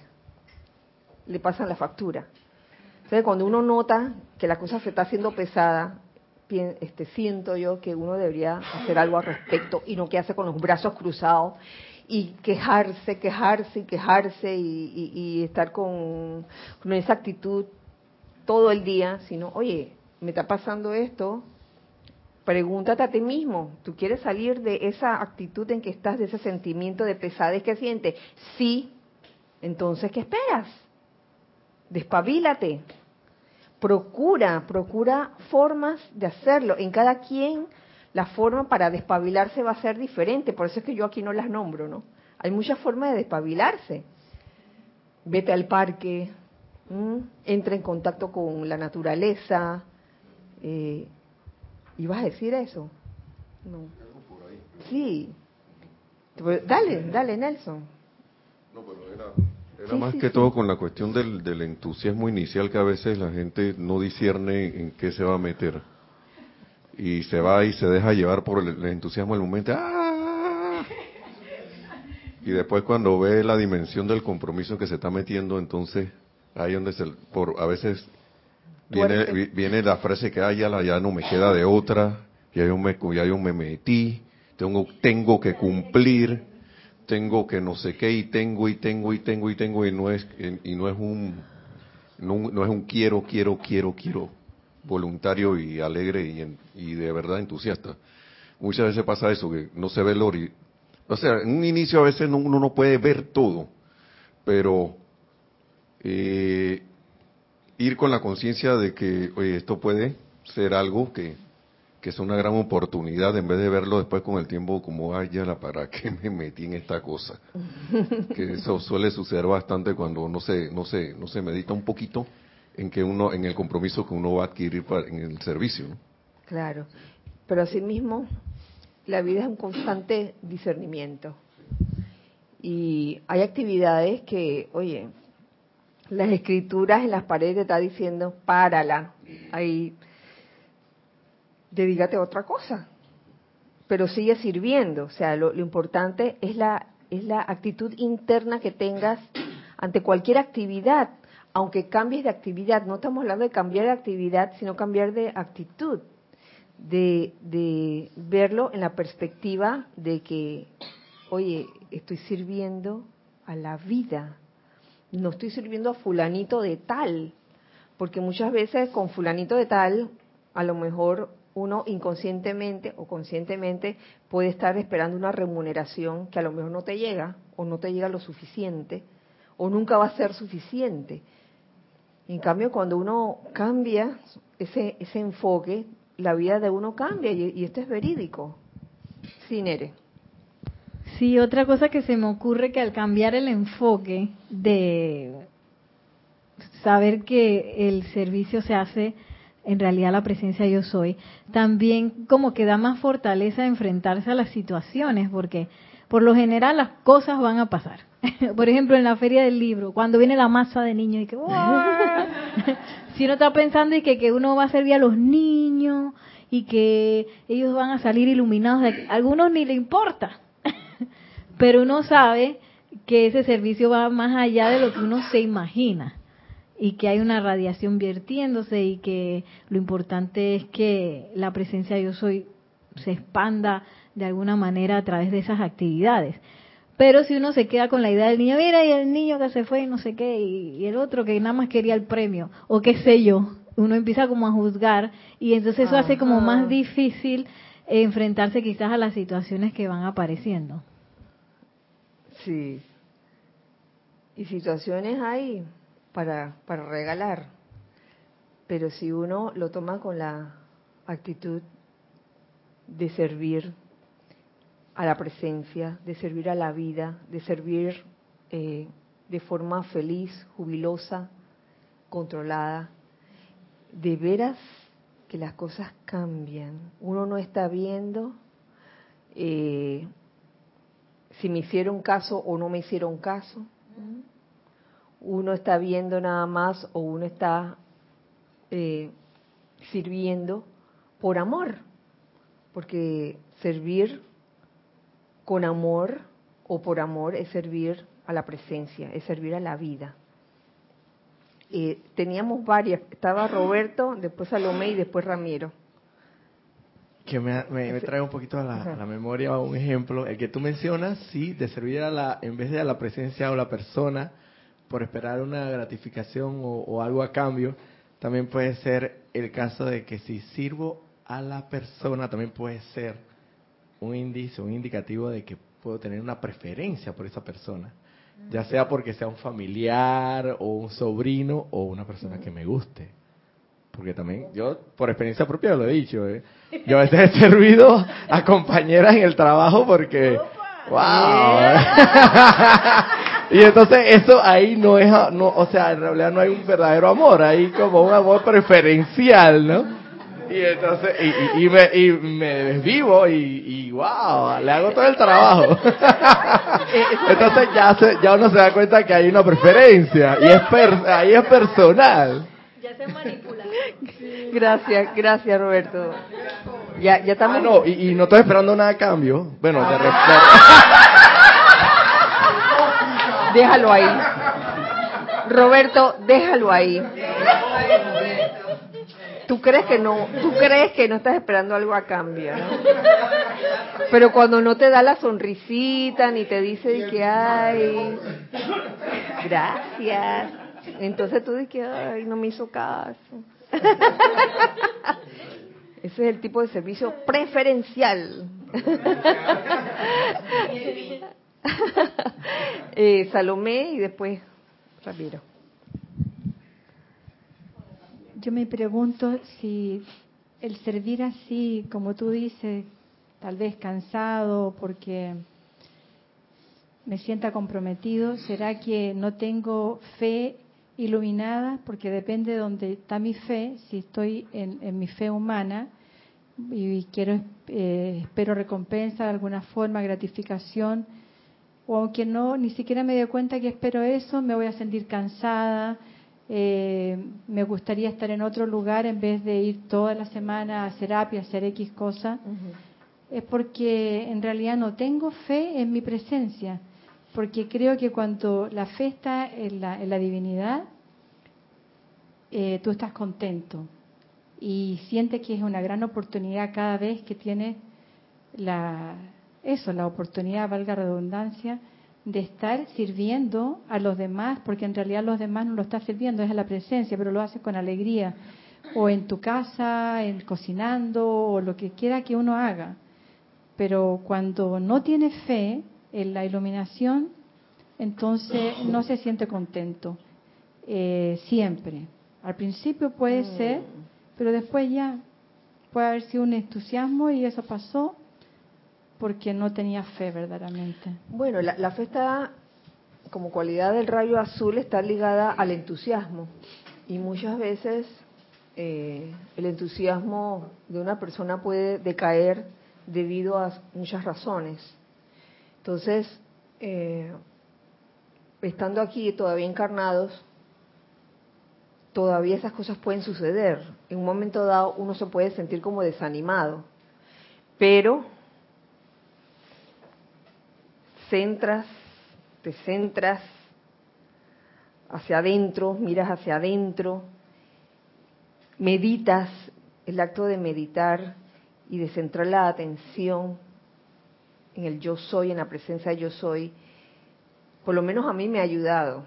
le pasan la factura. Entonces, cuando uno nota que la cosa se está haciendo pesada, este, siento yo que uno debería hacer algo al respecto y no quedarse con los brazos cruzados y quejarse, quejarse y quejarse y, y, y estar con, con esa actitud todo el día, sino, oye, me está pasando esto, pregúntate a ti mismo, ¿tú quieres salir de esa actitud en que estás, de ese sentimiento de pesadez que sientes? Sí, entonces, ¿qué esperas? Despabilate. Procura, procura formas de hacerlo. En cada quien la forma para despabilarse va a ser diferente, por eso es que yo aquí no las nombro, ¿no? Hay muchas formas de despabilarse. Vete al parque, ¿m? Entra en contacto con la naturaleza. Eh, ¿Ibas a decir eso? No. Sí. Dale, dale, Nelson. No, pero era, era Sí, más sí, que sí. todo con la cuestión del, del entusiasmo inicial, que a veces la gente no discierne en qué se va a meter. Y se va y se deja llevar por el, el entusiasmo del momento. ¡Ah! Y después cuando ve la dimensión del compromiso que se está metiendo, entonces ahí donde se, por a veces viene Tuerce. vi- viene la frase que ah, ya, la, ya no me queda de otra, ya yo me, ya yo me metí, tengo, tengo que cumplir, tengo que no sé qué, y tengo, y tengo, y tengo, y tengo, y no es, y no es un, no, no es un quiero, quiero, quiero, quiero, voluntario y alegre y, en- y de verdad entusiasta. Muchas veces pasa eso, que no se ve el ori. O sea, en un inicio a veces no- uno no puede ver todo, pero eh, ir con la conciencia de que, oye, esto puede ser algo que, que es una gran oportunidad, en vez de verlo después con el tiempo como, ay, ya la para qué me metí en esta cosa. Que eso suele suceder bastante cuando no se, no se, no se medita un poquito en que uno, en el compromiso que uno va a adquirir para, en el servicio, ¿no? Claro, pero asimismo la vida es un constante discernimiento y hay actividades que, oye, las escrituras en las paredes te está diciendo, párala, ahí, dedícate a otra cosa, pero sigue sirviendo. O sea, lo, lo importante es la es la actitud interna que tengas ante cualquier actividad, aunque cambies de actividad. No estamos hablando de cambiar de actividad, sino cambiar de actitud, de, de verlo en la perspectiva de que, oye, estoy sirviendo a la vida, no estoy sirviendo a fulanito de tal, porque muchas veces con fulanito de tal, a lo mejor uno inconscientemente o conscientemente puede estar esperando una remuneración que a lo mejor no te llega o no te llega lo suficiente o nunca va a ser suficiente. En cambio, cuando uno cambia ese, ese enfoque, la vida de uno cambia y, y esto es verídico. Sí, Nere. Sí, otra cosa que se me ocurre que al cambiar el enfoque de saber que el servicio se hace en realidad la presencia yo soy, también como que da más fortaleza a enfrentarse a las situaciones, porque por lo general las cosas van a pasar. Por ejemplo, en la feria del libro, cuando viene la masa de niños y que si uno está pensando y que, que uno va a servir a los niños y que ellos van a salir iluminados, de aquí, a algunos ni le importa, pero uno sabe que ese servicio va más allá de lo que uno se imagina y que hay una radiación vertiéndose y que lo importante es que la presencia yo soy se expanda de alguna manera a través de esas actividades. Pero si uno se queda con la idea del niño, mira, y el niño que se fue y no sé qué, y, y el otro que nada más quería el premio, o qué sé yo, uno empieza como a juzgar y entonces eso Ajá. hace como más difícil enfrentarse quizás a las situaciones que van apareciendo. Sí. Y situaciones hay para, para regalar, pero si uno lo toma con la actitud de servir a la presencia, de servir a la vida, de servir eh, de forma feliz, jubilosa, controlada, de veras que las cosas cambian. Uno no está viendo eh, si me hicieron caso o no me hicieron caso. Uno está viendo nada más o uno está eh, sirviendo por amor, porque servir con amor o por amor es servir a la presencia, es servir a la vida. Eh, teníamos varias, estaba Roberto, después Salomé y después Ramiro. Que me, me, me trae un poquito a la, a la memoria un ejemplo, el que tú mencionas, sí, de servir a la, en vez de a la presencia o la persona, por esperar una gratificación o, o algo a cambio, también puede ser el caso de que si sirvo a la persona, también puede ser un índice, un indicativo de que puedo tener una preferencia por esa persona, ya sea porque sea un familiar o un sobrino o una persona que me guste. Porque también, yo por experiencia propia lo he dicho, ¿eh? Yo a veces he servido a compañeras en el trabajo porque, wow. Y entonces eso ahí no es, no, o sea, en realidad no hay un verdadero amor, hay como un amor preferencial, ¿no? Y entonces, y, y, y, me, y me desvivo y, y wow, le hago todo el trabajo. Entonces ya se, ya uno se da cuenta que hay una preferencia y es per, ahí es personal. Ya se manipula. Sí. Gracias, gracias Roberto. Ya, ya estamos. Ah, no, y, y no estoy esperando nada a cambio. Bueno, de repente. Déjalo ahí. Roberto, déjalo ahí. Tú crees que no, tú crees que no estás esperando algo a cambio, ¿no? Pero cuando no te da la sonrisita ni te dice que ay, gracias, entonces tú dices que ay, no me hizo caso. Ese es el tipo de servicio preferencial. eh, Salomé y después Ramiro. Yo me pregunto si el servir así, como tú dices, tal vez cansado porque me sienta comprometido, ¿será que no tengo fe iluminada? Porque depende de dónde está mi fe. Si estoy en, en mi fe humana y quiero eh, espero recompensa de alguna forma, gratificación, o aunque no, ni siquiera me doy cuenta que espero eso, me voy a sentir cansada. Eh, me gustaría estar en otro lugar en vez de ir toda la semana a terapia, a hacer X cosa. Uh-huh. Es porque en realidad no tengo fe en mi presencia, porque creo que cuando la fe está en la, en la divinidad, eh, tú estás contento y sientes que es una gran oportunidad cada vez que tienes la, eso, la oportunidad, valga la redundancia, de estar sirviendo a los demás, porque en realidad los demás no lo estás sirviendo, es a la presencia, pero lo haces con alegría. o en tu casa, en cocinando, o lo que quiera que uno haga. Pero cuando no tiene fe en la iluminación, entonces no se siente contento. Eh, siempre. Al principio puede ser, pero después ya puede haber sido un entusiasmo y eso pasó porque no tenía fe verdaderamente. Bueno, la, la fe está, como cualidad del rayo azul, está ligada al entusiasmo. Y muchas veces eh, el entusiasmo de una persona puede decaer debido a muchas razones. Entonces, eh, estando aquí todavía encarnados, todavía esas cosas pueden suceder. En un momento dado uno se puede sentir como desanimado, pero centras, te centras hacia adentro, miras hacia adentro, meditas, el acto de meditar y de centrar la atención en el yo soy, en la presencia de yo soy, por lo menos a mí me ha ayudado.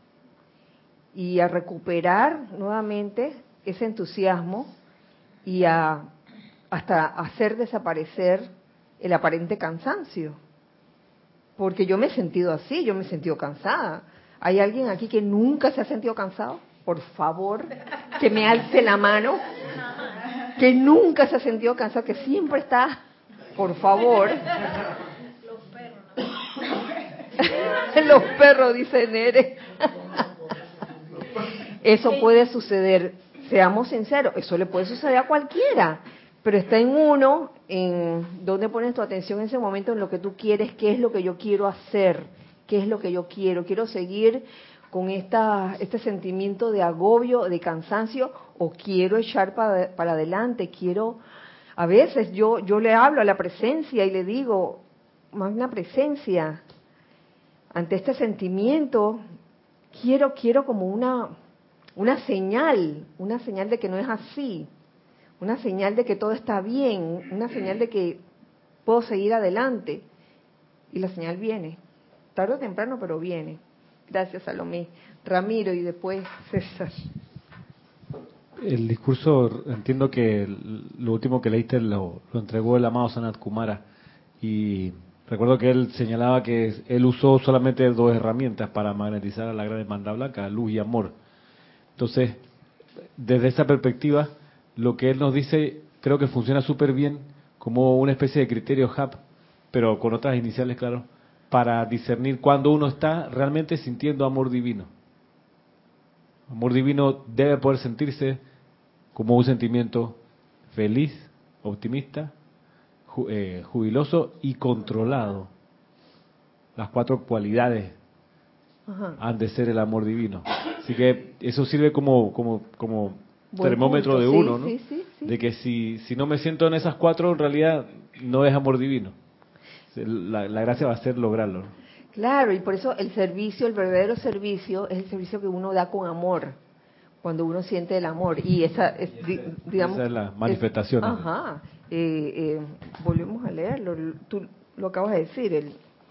Y a recuperar nuevamente ese entusiasmo y a hasta hacer desaparecer el aparente cansancio. Porque yo me he sentido así, yo me he sentido cansada. ¿Hay alguien aquí que nunca se ha sentido cansado? Por favor, que me alce la mano. Que nunca se ha sentido cansado, que siempre está, por favor. Los perros. Los perros, dice Nere. Eso puede suceder, seamos sinceros, eso le puede suceder a cualquiera, pero está en uno, en dónde pones tu atención en ese momento, en lo que tú quieres, qué es lo que yo quiero hacer, qué es lo que yo quiero, quiero seguir con esta, este sentimiento de agobio, de cansancio, o quiero echar para, para adelante, quiero, a veces yo, yo le hablo a la presencia y le digo, magna presencia, ante este sentimiento, quiero, quiero como una... una señal, una señal de que no es así, una señal de que todo está bien, una señal de que puedo seguir adelante. Y la señal viene, tarde o temprano, pero viene. Gracias, Salomé. Ramiro y después César. El discurso, entiendo que lo último que leíste lo, lo entregó el amado Sanat Kumara, y recuerdo que él señalaba que él usó solamente dos herramientas para magnetizar a la gran hermandad blanca, luz y amor. Entonces, desde esa perspectiva, lo que él nos dice creo que funciona súper bien como una especie de criterio H A P, pero con otras iniciales, claro, para discernir cuando uno está realmente sintiendo amor divino. Amor divino debe poder sentirse como un sentimiento feliz, optimista, ju eh, jubiloso y controlado. Las cuatro cualidades Ajá. han de ser el amor divino. Así que eso sirve como como como Buen termómetro punto. de uno, sí, ¿no? Sí, sí, sí. De que si si no me siento en esas cuatro, en realidad no es amor divino. La, la gracia va a ser lograrlo, ¿no? Claro, y por eso el servicio, el verdadero servicio, es el servicio que uno da con amor, cuando uno siente el amor. Y esa es, digamos, esa es la manifestación. Es, ajá. Eh, eh, volvemos a leerlo. Tú lo acabas de decir. El,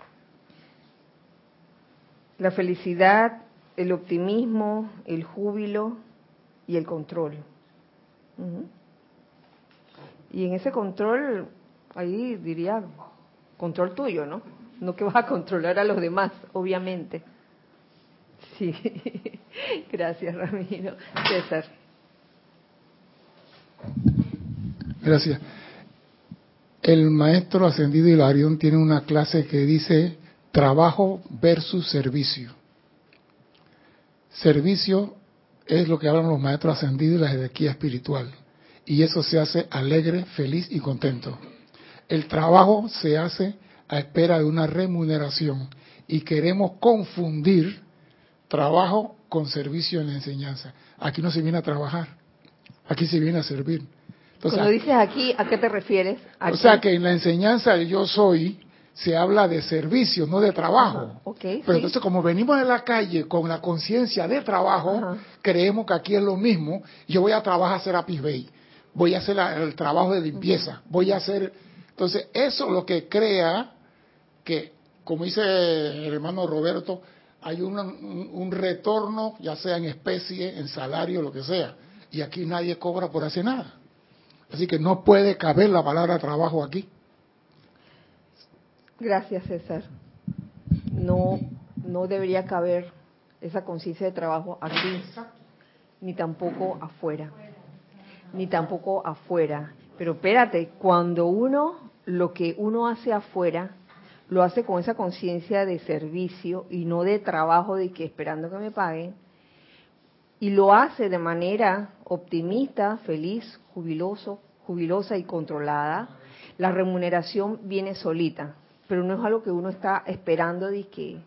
la felicidad, el optimismo, el júbilo y el control. Uh-huh. Y en ese control, ahí diría, control tuyo, ¿no? No que vas a controlar a los demás, obviamente. Sí. Gracias, Ramiro. César. Gracias. El maestro ascendido Hilarión tiene una clase que dice trabajo versus servicio. Servicio es lo que hablan los maestros ascendidos y la jerarquía espiritual. Y eso se hace alegre, feliz y contento. El trabajo se hace a espera de una remuneración. Y queremos confundir trabajo con servicio en la enseñanza. Aquí no se viene a trabajar, aquí se viene a servir. Entonces, cuando dices aquí, ¿a qué te refieres? Aquí. O sea que en la enseñanza de yo soy se habla de servicio, no de trabajo. Ajá, okay, Pero sí. entonces como venimos de la calle con la conciencia de trabajo, Ajá. creemos que aquí es lo mismo. Yo voy a trabajar a hacer Apis Bay, voy a hacer la, el trabajo de limpieza, voy a hacer... Entonces eso es lo que crea que, como dice el hermano Roberto, hay un, un, un retorno, ya sea en especie, en salario, lo que sea. y aquí nadie cobra por hacer nada. Así que no puede caber la palabra trabajo aquí. Gracias, César. No, no debería caber esa conciencia de trabajo aquí, ni tampoco afuera, ni tampoco afuera. Pero espérate, cuando uno, lo que uno hace afuera, lo hace con esa conciencia de servicio y no de trabajo, de que esperando que me paguen, y lo hace de manera optimista, feliz, jubiloso, jubilosa y controlada, la remuneración viene solita, pero no es algo que uno está esperando de que,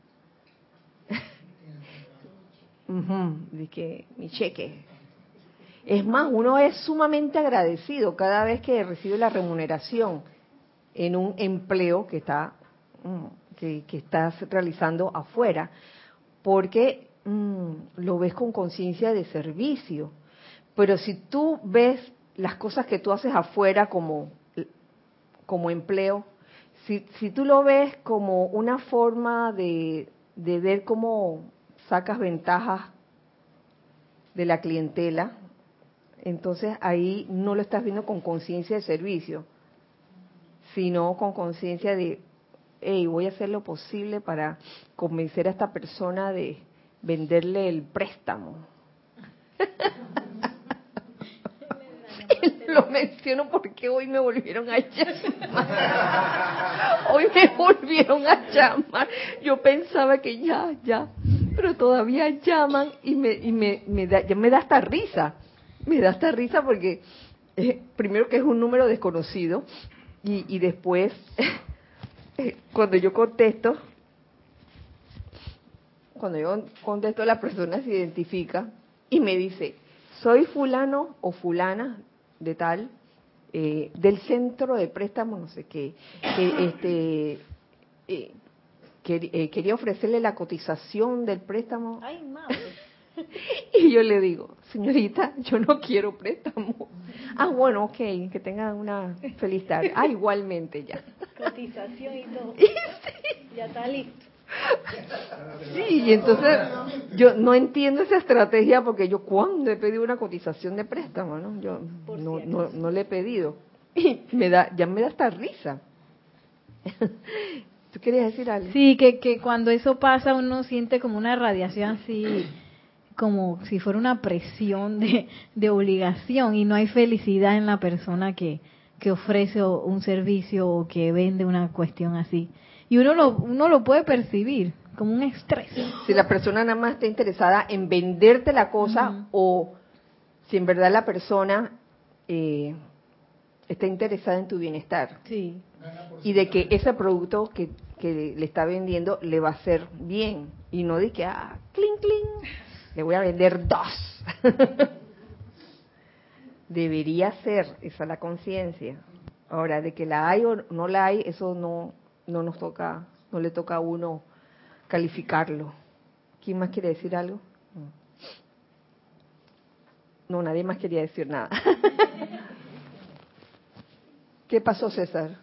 uh-huh, de que mi cheque. Es más, uno es sumamente agradecido cada vez que recibe la remuneración en un empleo que está que, que estás realizando afuera, porque mm, lo ves con conciencia de servicio. Pero si tú ves las cosas que tú haces afuera como como empleo, si, si tú lo ves como una forma de, de ver cómo sacas ventajas de la clientela, entonces ahí no lo estás viendo con conciencia de servicio, sino con conciencia de, hey, voy a hacer lo posible para convencer a esta persona de venderle el préstamo. Lo menciono porque hoy me volvieron a llamar. Hoy me volvieron a llamar. Yo pensaba que ya, ya, pero todavía llaman y me, y me, me da, ya me da hasta risa. Me da hasta risa porque eh, primero que es un número desconocido y, y después eh, cuando yo contesto, cuando yo contesto la persona se identifica y me dice, soy fulano o fulana de tal, eh, del centro de préstamo, no sé qué, que este eh, que, eh, quería ofrecerle la cotización del préstamo. Ay, madre. Y yo le digo, señorita, yo no quiero préstamo. Ah, bueno, ok, que tengan una feliz tarde. Ah, igualmente ya. Cotización y todo. Sí. Ya está listo. Sí, y entonces yo no entiendo esa estrategia porque yo cuando he pedido una cotización de préstamo, ¿no? Yo no, no, no le he pedido. Y me da, ya me da hasta risa. ¿Tú querías decir algo? Sí, que, que cuando eso pasa uno siente como una radiación así, como si fuera una presión de, de obligación y no hay felicidad en la persona que, que ofrece un servicio o que vende una cuestión así. Y uno lo, uno lo puede percibir como un estrés. Si la persona nada más está interesada en venderte la cosa uh-huh. o si en verdad la persona eh, está interesada en tu bienestar. Sí. Y de que ese producto que, que le está vendiendo le va a hacer bien. Y no de que, ah, clink, clink, le voy a vender dos. Debería ser, esa es la conciencia. Ahora, de que la hay o no la hay, eso no, no nos toca, no le toca a uno calificarlo. ¿Quién más quiere decir algo? No, nadie más quería decir nada. ¿Qué pasó, César?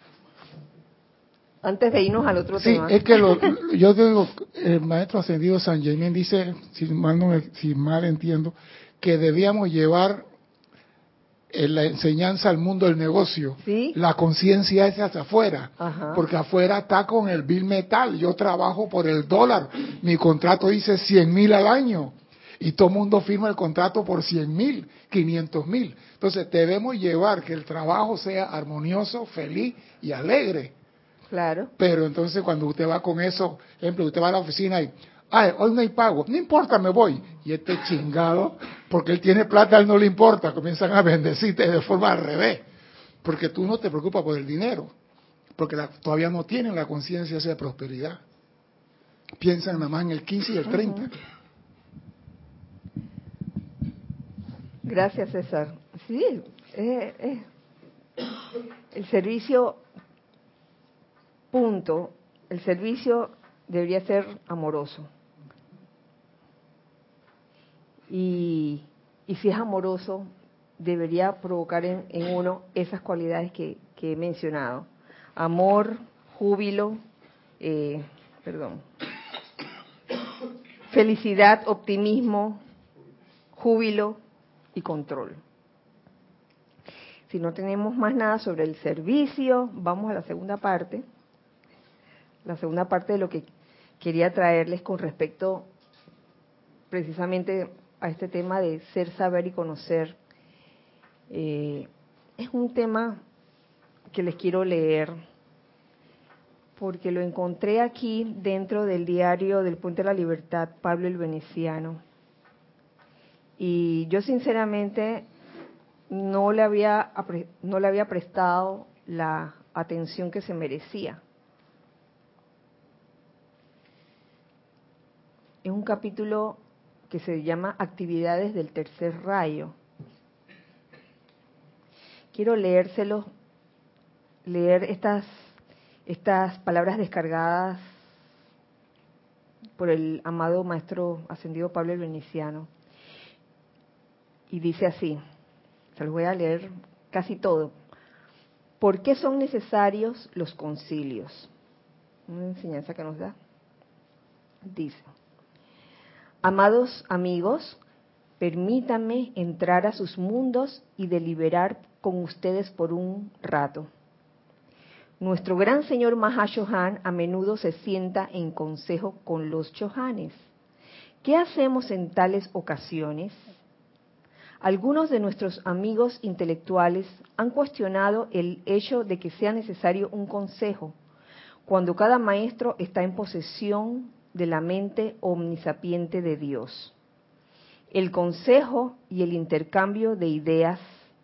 Antes de irnos al otro sí, tema. Sí, es que lo, yo digo, el maestro ascendido San Germain dice, si mal, no me, si mal entiendo, que debíamos llevar en la enseñanza al mundo del negocio. ¿Sí? La conciencia es hacia afuera. Ajá. Porque afuera está con el bill metal. Yo trabajo por el dólar. Mi contrato dice cien mil al año. Y todo el mundo firma el contrato por cien mil, quinientos mil. Entonces debemos llevar que el trabajo sea armonioso, feliz y alegre. Claro. Pero entonces cuando usted va con eso, ejemplo, usted va a la oficina y, ay, hoy no hay pago, no importa, me voy. Y este chingado, porque él tiene plata, a él no le importa, comienzan a bendecirte de forma al revés. Porque tú no te preocupas por el dinero, porque la, todavía no tienen la conciencia esa de prosperidad. Piensan nada más en el quince y el treinta. Uh-huh. Gracias, César. Sí, eh, eh. el servicio... Punto. El servicio debería ser amoroso. Y, y si es amoroso, debería provocar en, en uno esas cualidades que, que he mencionado. Amor, júbilo, eh, perdón, felicidad, optimismo, júbilo, y control. Si no tenemos más nada sobre el servicio, vamos a la segunda parte. La segunda parte de lo que quería traerles con respecto precisamente a este tema de ser, saber y conocer. Eh, es un tema que les quiero leer porque lo encontré aquí dentro del diario del Puente de la Libertad, Pablo el Veneciano. Y yo sinceramente no le había, no le había prestado la atención que se merecía. Es un capítulo que se llama Actividades del Tercer Rayo. Quiero leérselos, leer estas, estas palabras descargadas por el amado Maestro Ascendido Pablo el Veneciano. Y dice así, se los voy a leer casi todo. ¿Por qué son necesarios los concilios? Una enseñanza que nos da. Dice, amados amigos, permítanme entrar a sus mundos y deliberar con ustedes por un rato. Nuestro gran señor Mahashohan a menudo se sienta en consejo con los chohanes. ¿Qué hacemos en tales ocasiones? Algunos de nuestros amigos intelectuales han cuestionado el hecho de que sea necesario un consejo, cuando cada maestro está en posesión de la mente omnisapiente de Dios. El consejo y el intercambio de ideas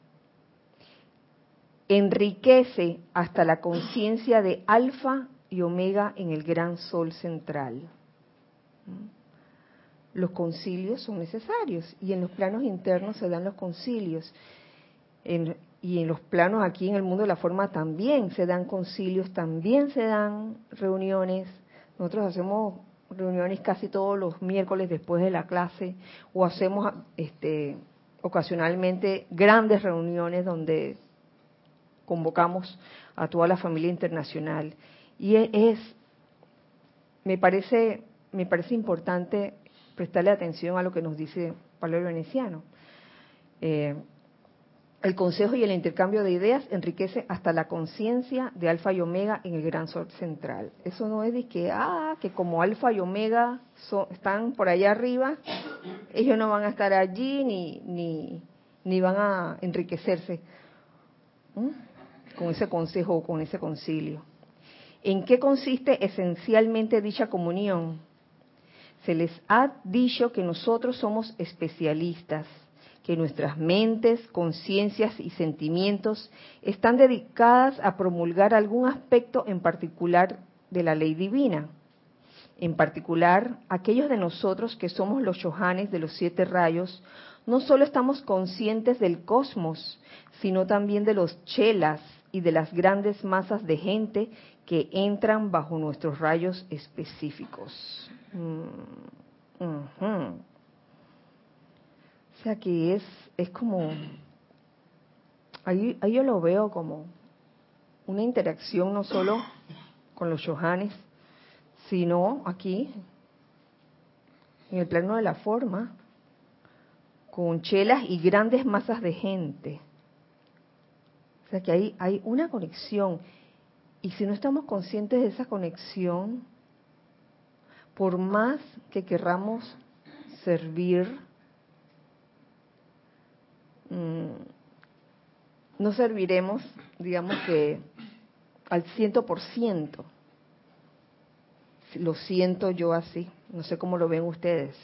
enriquece hasta la conciencia de alfa y omega en el gran sol central. Los concilios son necesarios y en los planos internos se dan los concilios. En, y en los planos aquí en el mundo de la forma también se dan concilios, también se dan reuniones. Nosotros hacemos reuniones casi todos los miércoles después de la clase o hacemos este, ocasionalmente grandes reuniones donde convocamos a toda la familia internacional. Y es, me parece, me parece importante prestarle atención a lo que nos dice Pablo el Veneciano. Eh, el consejo y el intercambio de ideas enriquece hasta la conciencia de alfa y omega en el gran sol central. Eso no es de que, ah, que como alfa y omega son, están por allá arriba, ellos no van a estar allí ni, ni, ni van a enriquecerse ¿Mm? con ese consejo o con ese concilio. ¿En qué consiste esencialmente dicha comunión? Se les ha dicho que nosotros somos especialistas, que nuestras mentes, conciencias y sentimientos están dedicadas a promulgar algún aspecto en particular de la ley divina. En particular, aquellos de nosotros que somos los chohanes de los siete rayos, no solo estamos conscientes del cosmos, sino también de los chelas y de las grandes masas de gente que entran bajo nuestros rayos específicos. Mm, uh-huh. O sea que es, es como, ahí, ahí yo lo veo como una interacción no solo con los chohanes, sino aquí, en el plano de la forma, con chelas y grandes masas de gente. O sea que ahí hay una conexión. Y si no estamos conscientes de esa conexión, por más que querramos servir, no serviremos, digamos que al ciento por ciento. Lo siento yo así, no sé cómo lo ven ustedes.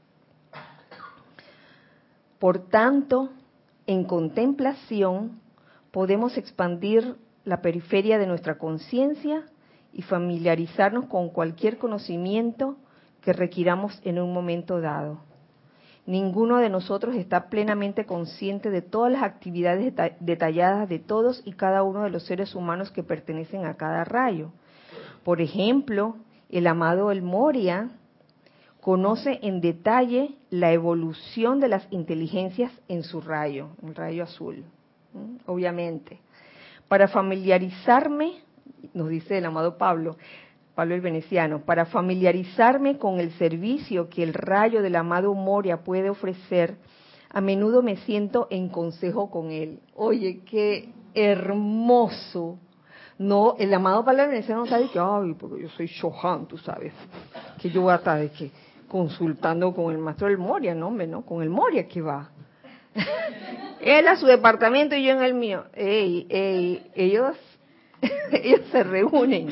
Por tanto, en contemplación podemos expandir la periferia de nuestra conciencia y familiarizarnos con cualquier conocimiento que requiramos en un momento dado. Ninguno de nosotros está plenamente consciente de todas las actividades detalladas de todos y cada uno de los seres humanos que pertenecen a cada rayo. Por ejemplo, el amado El Moria conoce en detalle la evolución de las inteligencias en su rayo, el rayo azul, ¿Mm? obviamente. Para familiarizarme, nos dice el amado Pablo, Pablo el Veneciano, para familiarizarme con el servicio que el rayo del amado Moria puede ofrecer, A menudo me siento en consejo con él. Oye, qué hermoso. No, el amado Padre Veneciano no sabe que, ay, porque yo soy Shohan, tú sabes, que yo voy a estar de que consultando con el maestro del Moria, no, hombre, no, con el Moria que va. Él a su departamento y yo en el mío. Ey, ey, ellos, ellos se reúnen.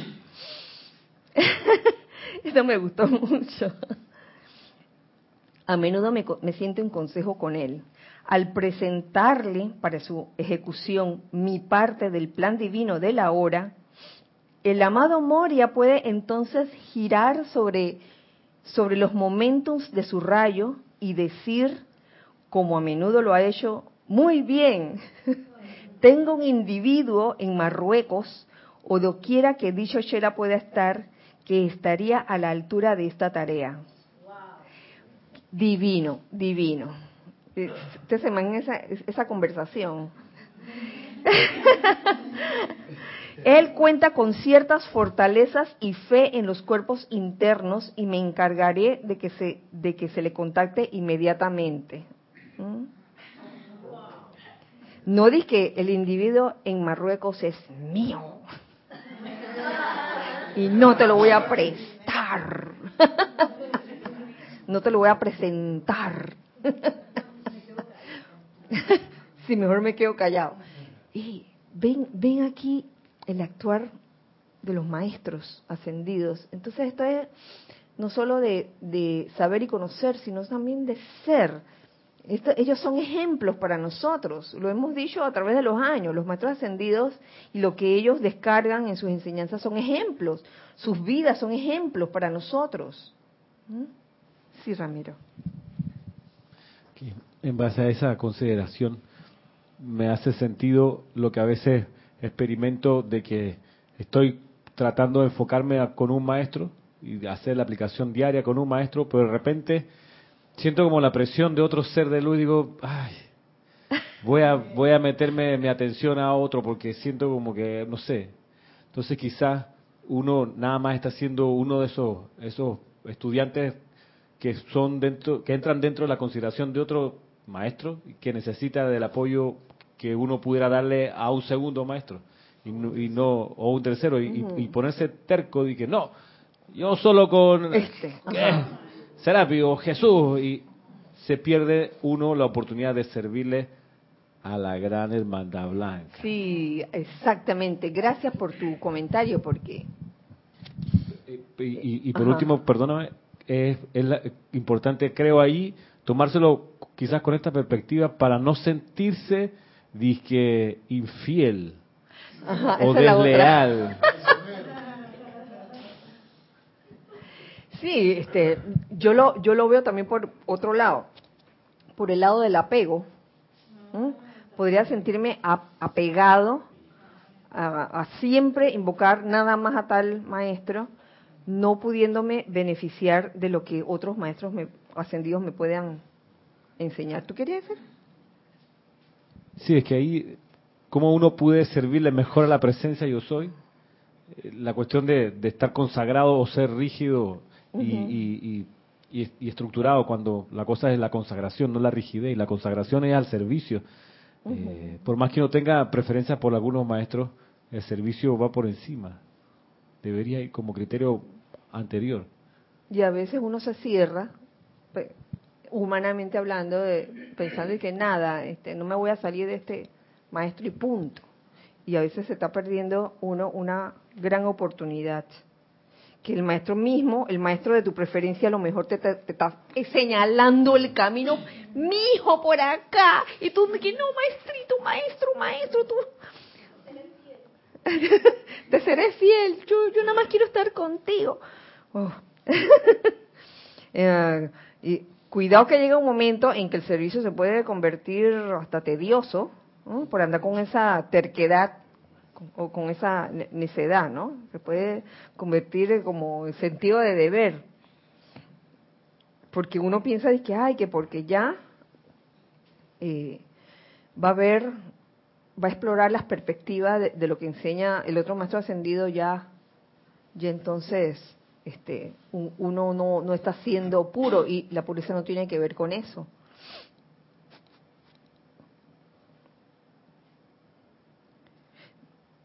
Eso me gustó mucho. A menudo me, me siento en consejo con él. Al presentarle para su ejecución mi parte del plan divino de la hora, el amado Moria puede entonces girar sobre, sobre los momentos de su rayo y decir, como a menudo lo ha hecho, muy bien, tengo un individuo en Marruecos o doquiera que dicho Shela pueda estar, que estaría a la altura de esta tarea. Divino, divino. Ustedes se imaginan esa, esa conversación. Él cuenta con ciertas fortalezas y fe en los cuerpos internos y me encargaré de que se, de que se le contacte inmediatamente. ¿Mm? No dice que el individuo en Marruecos es mío y no te lo voy a prestar, no te lo voy a presentar. Sí, mejor me quedo callado. Y ven, ven aquí el actuar de los maestros ascendidos. Entonces esto es no solo de, de saber y conocer, sino también de ser. Esto, ellos son ejemplos para nosotros, lo hemos dicho a través de los años, los maestros ascendidos y lo que ellos descargan en sus enseñanzas son ejemplos, sus vidas son ejemplos para nosotros. ¿Mm? Sí, Ramiro. En base a esa consideración, me hace sentido lo que a veces experimento de que estoy tratando de enfocarme a, con un maestro y de hacer la aplicación diaria con un maestro, pero de repente siento como la presión de otro ser de luz y digo, ay, voy a voy a meterme mi atención a otro porque siento como que, no sé. Entonces quizás uno nada más está siendo uno de esos esos estudiantes que son dentro, que entran dentro de la consideración de otro maestro que necesita del apoyo que uno pudiera darle a un segundo maestro y no, y no o un tercero y, uh-huh. y, y ponerse terco y que no, yo solo con este, ¿qué? Serapis o Jesús, y se pierde uno la oportunidad de servirle a la gran hermandad blanca. Sí, exactamente. Gracias por tu comentario porque y, y, y por Ajá. último, perdóname, es, es la, importante, creo, ahí tomárselo quizás con esta perspectiva para no sentirse disque infiel Ajá, o desleal. Sí, este, yo lo yo lo veo también por otro lado, por el lado del apego. ¿Mm? Podría sentirme apegado a, a siempre invocar nada más a tal maestro, no pudiéndome beneficiar de lo que otros maestros me, ascendidos me puedan enseñar. ¿Tú querías decir? Sí, es que ahí, ¿cómo uno puede servirle mejor a la presencia yo soy? La cuestión de, de estar consagrado o ser rígido y, uh-huh. y, y, y, y estructurado, cuando la cosa es la consagración, no la rigidez, y la consagración es al servicio. Uh-huh. Eh, por más que uno tenga preferencia por algunos maestros, el servicio va por encima. Debería ir como criterio anterior. Y a veces uno se cierra, humanamente hablando, de, pensando que nada, este, no me voy a salir de este maestro y punto. Y a veces se está perdiendo uno una gran oportunidad. Que el maestro mismo, el maestro de tu preferencia, a lo mejor te, te, te está señalando el camino, mi hijo por acá. Y tú me dices, no, maestrito, maestro, maestro, tú. Te seré fiel, yo, yo nada más quiero estar contigo. Oh. eh, y cuidado que llega un momento en que el servicio se puede convertir hasta tedioso, ¿no? Por andar con esa terquedad o con esa necedad, ¿no? Se puede convertir como en sentido de deber, porque uno piensa de que, ay, que porque ya eh, va a ver, va a explorar las perspectivas de, de lo que enseña el otro maestro ascendido, ya, ya entonces, este, uno no, no está siendo puro, y la pureza no tiene que ver con eso.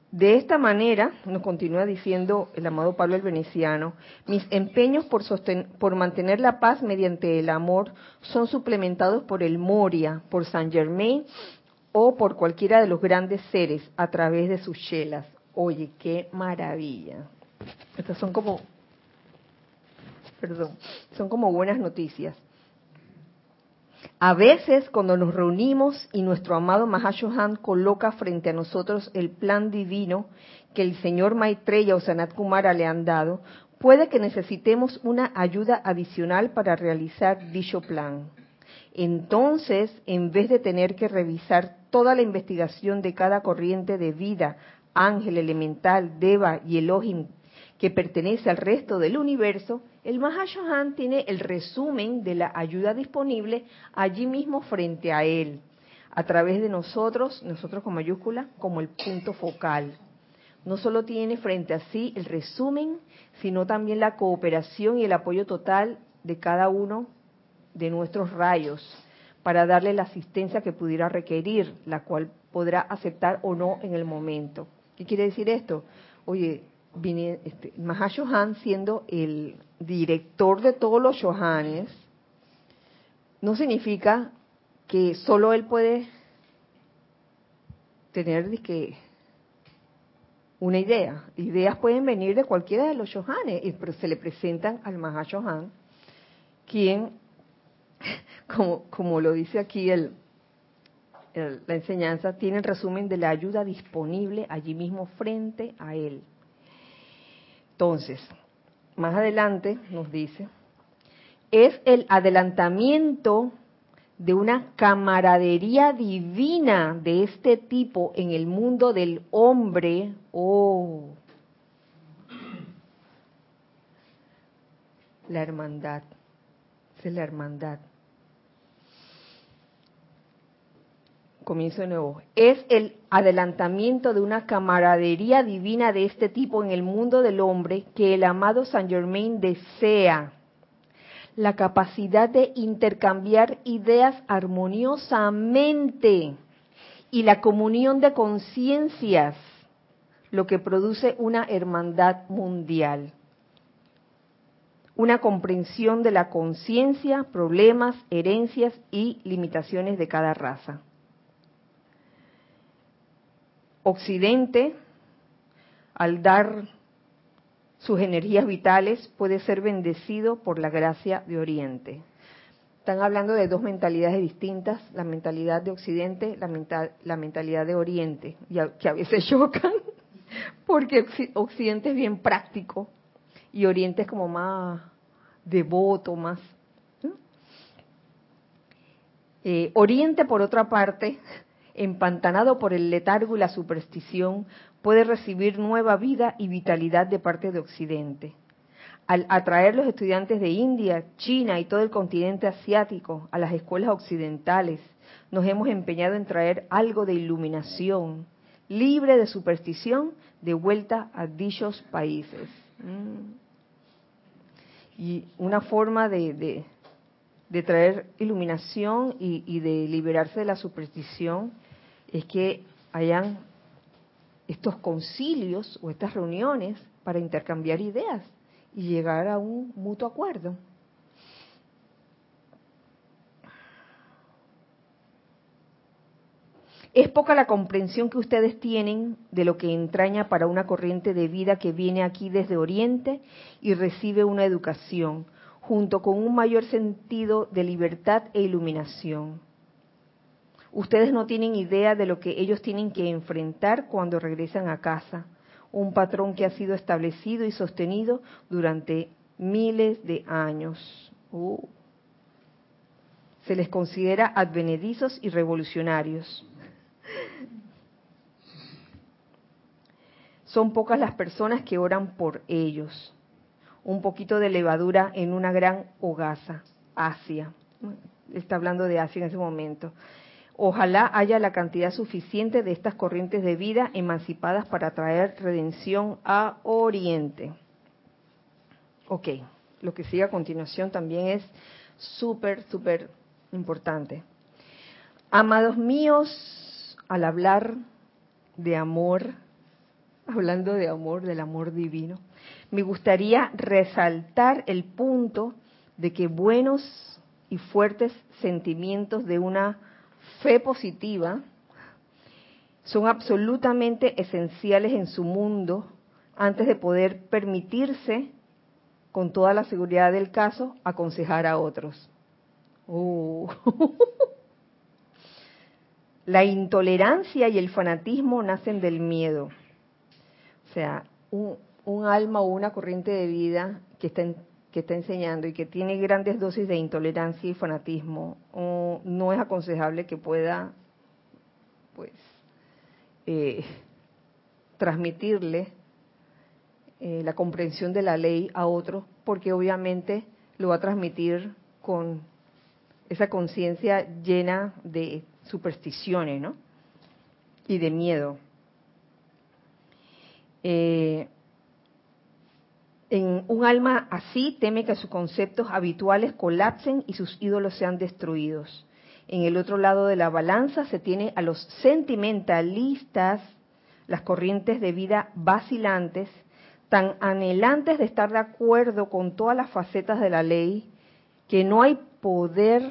De esta manera, nos continúa diciendo el amado Pablo el Veneciano, mis empeños por, sosten por mantener la paz mediante el amor son suplementados por el Moria, por Saint Germain o por cualquiera de los grandes seres a través de sus chelas. Oye, qué maravilla. Estas son como, perdón, son como buenas noticias. A veces, cuando nos reunimos y nuestro amado Mahashohan coloca frente a nosotros el plan divino que el señor Maitreya o Sanat Kumara le han dado, puede que necesitemos una ayuda adicional para realizar dicho plan. Entonces, en vez de tener que revisar toda la investigación de cada corriente de vida, ángel, elemental, deva y Elohim que pertenece al resto del universo, el Mahashohan tiene el resumen de la ayuda disponible allí mismo frente a él, a través de nosotros, nosotros con mayúscula, como el punto focal. No solo tiene frente a sí el resumen, sino también la cooperación y el apoyo total de cada uno de nuestros rayos para darle la asistencia que pudiera requerir, la cual podrá aceptar o no en el momento. ¿Qué quiere decir esto? Oye, vine, este, Mahashohan siendo el director de todos los Shohanes, no significa que solo él puede tener que una idea. Ideas pueden venir de cualquiera de los Shohanes, pero se le presentan al Mahashohan, quien, como, como lo dice aquí el, el, la enseñanza, tiene el resumen de la ayuda disponible allí mismo frente a él. Entonces, más adelante nos dice, es el adelantamiento de una camaradería divina de este tipo en el mundo del hombre. Oh, la hermandad, esa es la hermandad. Comienzo de nuevo. Es el adelantamiento de una camaradería divina de este tipo en el mundo del hombre que el amado Saint Germain desea. La capacidad de intercambiar ideas armoniosamente y la comunión de conciencias, lo que produce una hermandad mundial. Una comprensión de la conciencia, problemas, herencias y limitaciones de cada raza. Occidente, al dar sus energías vitales, puede ser bendecido por la gracia de Oriente. Están hablando de dos mentalidades distintas, la mentalidad de Occidente, la, mental, la mentalidad de Oriente, y a, que a veces chocan, porque Occidente es bien práctico y Oriente es como más devoto, más... ¿no? Eh, Oriente, por otra parte, empantanado por el letargo y la superstición, puede recibir nueva vida y vitalidad de parte de Occidente. Al atraer los estudiantes de India, China y todo el continente asiático a las escuelas occidentales, nos hemos empeñado en traer algo de iluminación, libre de superstición, de vuelta a dichos países. Y una forma de, de, de traer iluminación y, y de liberarse de la superstición es que hayan estos concilios o estas reuniones para intercambiar ideas y llegar a un mutuo acuerdo. Es poca la comprensión que ustedes tienen de lo que entraña para una corriente de vida que viene aquí desde Oriente y recibe una educación, junto con un mayor sentido de libertad e iluminación. Ustedes no tienen idea de lo que ellos tienen que enfrentar cuando regresan a casa, un patrón que ha sido establecido y sostenido durante miles de años. Uh. Se les considera advenedizos y revolucionarios. Son pocas las personas que oran por ellos. Un poquito de levadura en una gran hogaza, Asia. Está hablando de Asia en ese momento. Ojalá haya la cantidad suficiente de estas corrientes de vida emancipadas para traer redención a Oriente. Ok, lo que sigue a continuación también es súper, súper importante. Amados míos, al hablar de amor, hablando de amor, del amor divino, me gustaría resaltar el punto de que buenos y fuertes sentimientos de una fe positiva son absolutamente esenciales en su mundo antes de poder permitirse, con toda la seguridad del caso, aconsejar a otros. Uh. La intolerancia y el fanatismo nacen del miedo. O sea, un, un alma o una corriente de vida que está, en, que está enseñando y que tiene grandes dosis de intolerancia y fanatismo, uh, no es aconsejable que pueda, pues, eh, transmitirle eh, la comprensión de la ley a otros, porque obviamente lo va a transmitir con esa conciencia llena de supersticiones, ¿no? Y de miedo. Eh, en un alma así teme que sus conceptos habituales colapsen y sus ídolos sean destruidos. En el otro lado de la balanza se tiene a los sentimentalistas, las corrientes de vida vacilantes, tan anhelantes de estar de acuerdo con todas las facetas de la ley, que no hay poder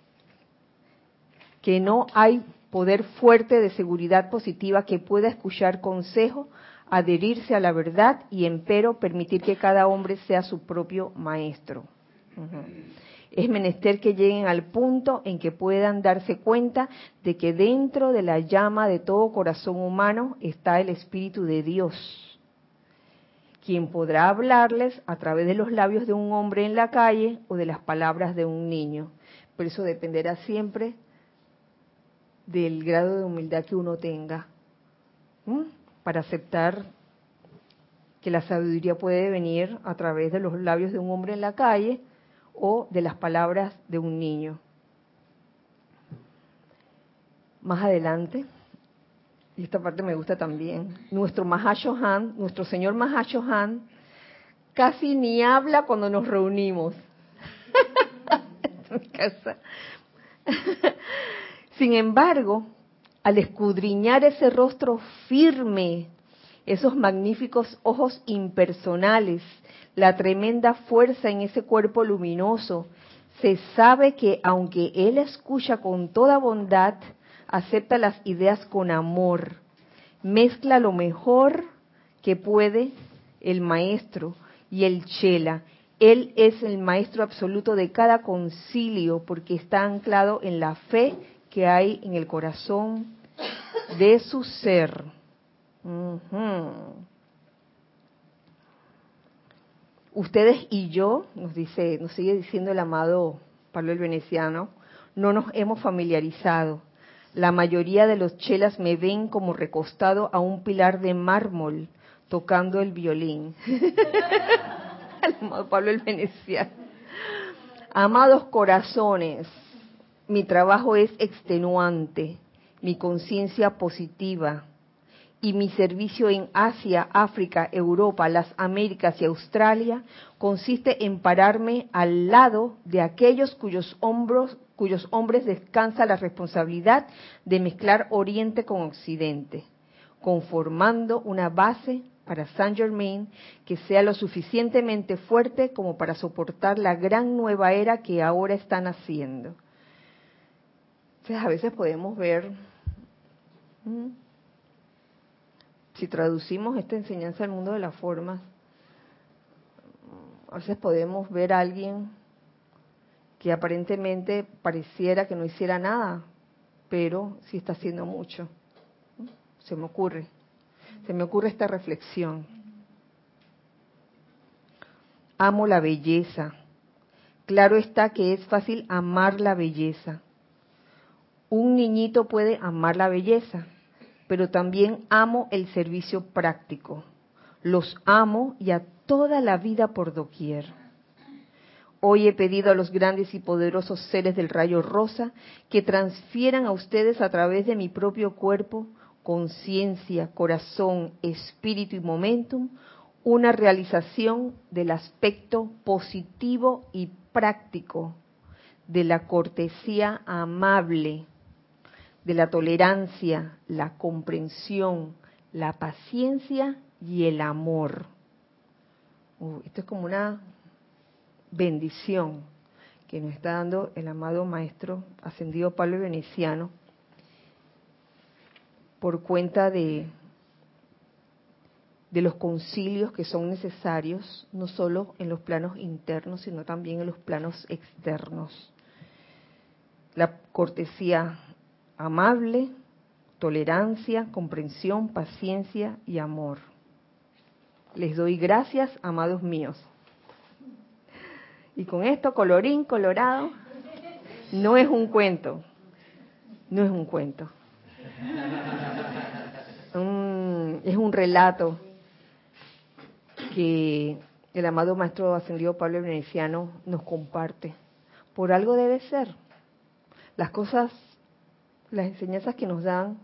que no hay poder fuerte de seguridad positiva que pueda escuchar consejo, adherirse a la verdad y empero permitir que cada hombre sea su propio maestro. Uh-huh. Es menester que lleguen al punto en que puedan darse cuenta de que dentro de la llama de todo corazón humano está el Espíritu de Dios, quien podrá hablarles a través de los labios de un hombre en la calle o de las palabras de un niño. Pero eso dependerá siempre del grado de humildad que uno tenga, ¿m? para aceptar que la sabiduría puede venir a través de los labios de un hombre en la calle o de las palabras de un niño. Más adelante, y esta parte me gusta también, nuestro Mahashohan, nuestro señor Mahashohan, casi ni habla cuando nos reunimos. En mi casa. Sin embargo, al escudriñar ese rostro firme, esos magníficos ojos impersonales, la tremenda fuerza en ese cuerpo luminoso, se sabe que aunque él escucha con toda bondad, acepta las ideas con amor, mezcla lo mejor que puede el maestro y el chela. Él es el maestro absoluto de cada concilio porque está anclado en la fe que hay en el corazón de su ser. Uh-huh. Ustedes y yo, nos dice, nos sigue diciendo el amado Pablo el Veneciano, no nos hemos familiarizado. La mayoría de los chelas me ven como recostado a un pilar de mármol tocando el violín. El amado Pablo el Veneciano. Amados corazones, mi trabajo es extenuante, mi conciencia positiva y mi servicio en Asia, África, Europa, las Américas y Australia consiste en pararme al lado de aquellos cuyos hombros, cuyos hombres descansa la responsabilidad de mezclar Oriente con Occidente, conformando una base para Saint Germain que sea lo suficientemente fuerte como para soportar la gran nueva era que ahora están haciendo. Entonces a veces podemos ver, ¿m? si traducimos esta enseñanza al mundo de las formas, a veces podemos ver a alguien que aparentemente pareciera que no hiciera nada, pero sí está haciendo mucho. Se me ocurre, se me ocurre esta reflexión. Amo la belleza. Claro está que es fácil amar la belleza. Un niñito puede amar la belleza, pero también amo el servicio práctico. Los amo y a toda la vida por doquier. Hoy he pedido a los grandes y poderosos seres del rayo rosa que transfieran a ustedes a través de mi propio cuerpo, conciencia, corazón, espíritu y momentum, una realización del aspecto positivo y práctico de la cortesía amable, de la tolerancia, la comprensión, la paciencia y el amor. Uh, esto es como una bendición que nos está dando el amado Maestro Ascendido Pablo el Veneciano por cuenta de, de los concilios que son necesarios, no solo en los planos internos, sino también en los planos externos. La cortesía amable, tolerancia, comprensión, paciencia y amor. Les doy gracias, amados míos. Y con esto, colorín colorado, no es un cuento, no es un cuento. Un, es un relato que el amado Maestro Ascendido Pablo el Veneciano nos comparte. Por algo debe ser. Las cosas, las enseñanzas que nos dan,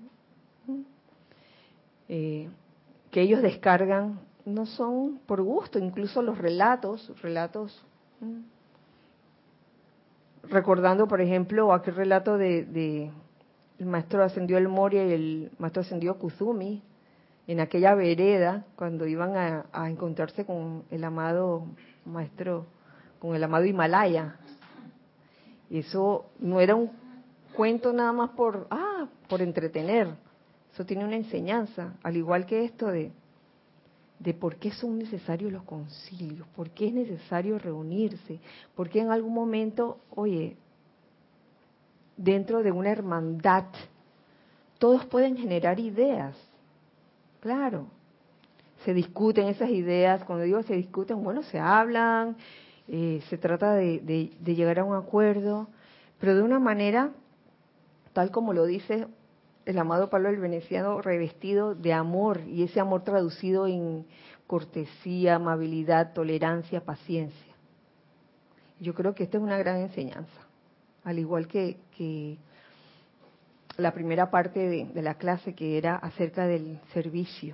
eh, que ellos descargan, no son por gusto. Incluso los relatos, relatos, ¿m? recordando, por ejemplo, aquel relato de, de el Maestro Ascendido El Moria y el Maestro Ascendido Kuzumi, en aquella vereda, cuando iban a, a encontrarse con el amado Maestro, con el amado Himalaya. Y eso no era un cuento nada más por, ah, por entretener. Eso tiene una enseñanza, al igual que esto de, de por qué son necesarios los concilios, por qué es necesario reunirse, por qué en algún momento, oye, dentro de una hermandad, todos pueden generar ideas. Claro, se discuten esas ideas, cuando digo se discuten, bueno, se hablan, eh, se trata de, de, de llegar a un acuerdo, pero de una manera, tal como lo dice el amado Pablo el Veneciano, revestido de amor, y ese amor traducido en cortesía, amabilidad, tolerancia, paciencia. Yo creo que esta es una gran enseñanza, al igual que, que la primera parte de, de la clase, que era acerca del servicio.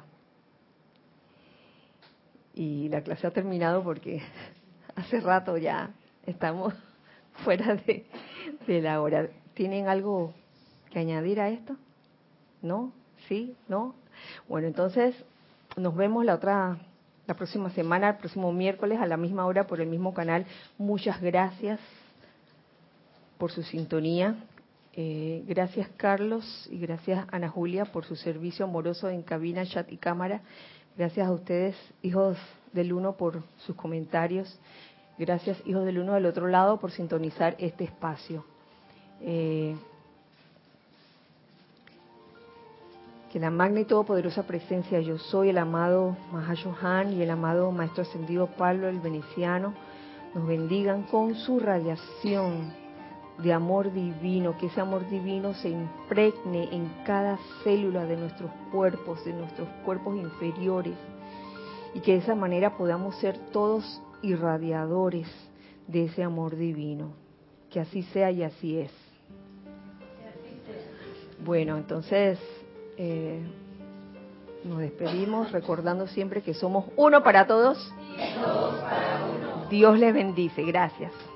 Y la clase ha terminado porque hace rato ya estamos fuera de, de la hora. ¿Tienen algo que añadir a esto? ¿No? ¿Sí? ¿No? Bueno, entonces nos vemos la otra, la próxima semana, el próximo miércoles a la misma hora por el mismo canal. Muchas gracias por su sintonía. Eh, gracias Carlos y gracias Ana Julia por su servicio amoroso en cabina, chat y cámara. Gracias a ustedes, hijos del uno, por sus comentarios. Gracias, hijos del uno del otro lado, por sintonizar este espacio. Eh, que la magna y todopoderosa presencia Yo Soy, el amado Mahashohan y el amado Maestro Ascendido Pablo el Veneciano nos bendigan con su radiación de amor divino, que ese amor divino se impregne en cada célula de nuestros cuerpos, de nuestros cuerpos inferiores, y que de esa manera podamos ser todos irradiadores de ese amor divino. Que así sea y así es. Bueno, entonces eh, nos despedimos recordando siempre que somos uno para todos. Dios les bendice. Gracias.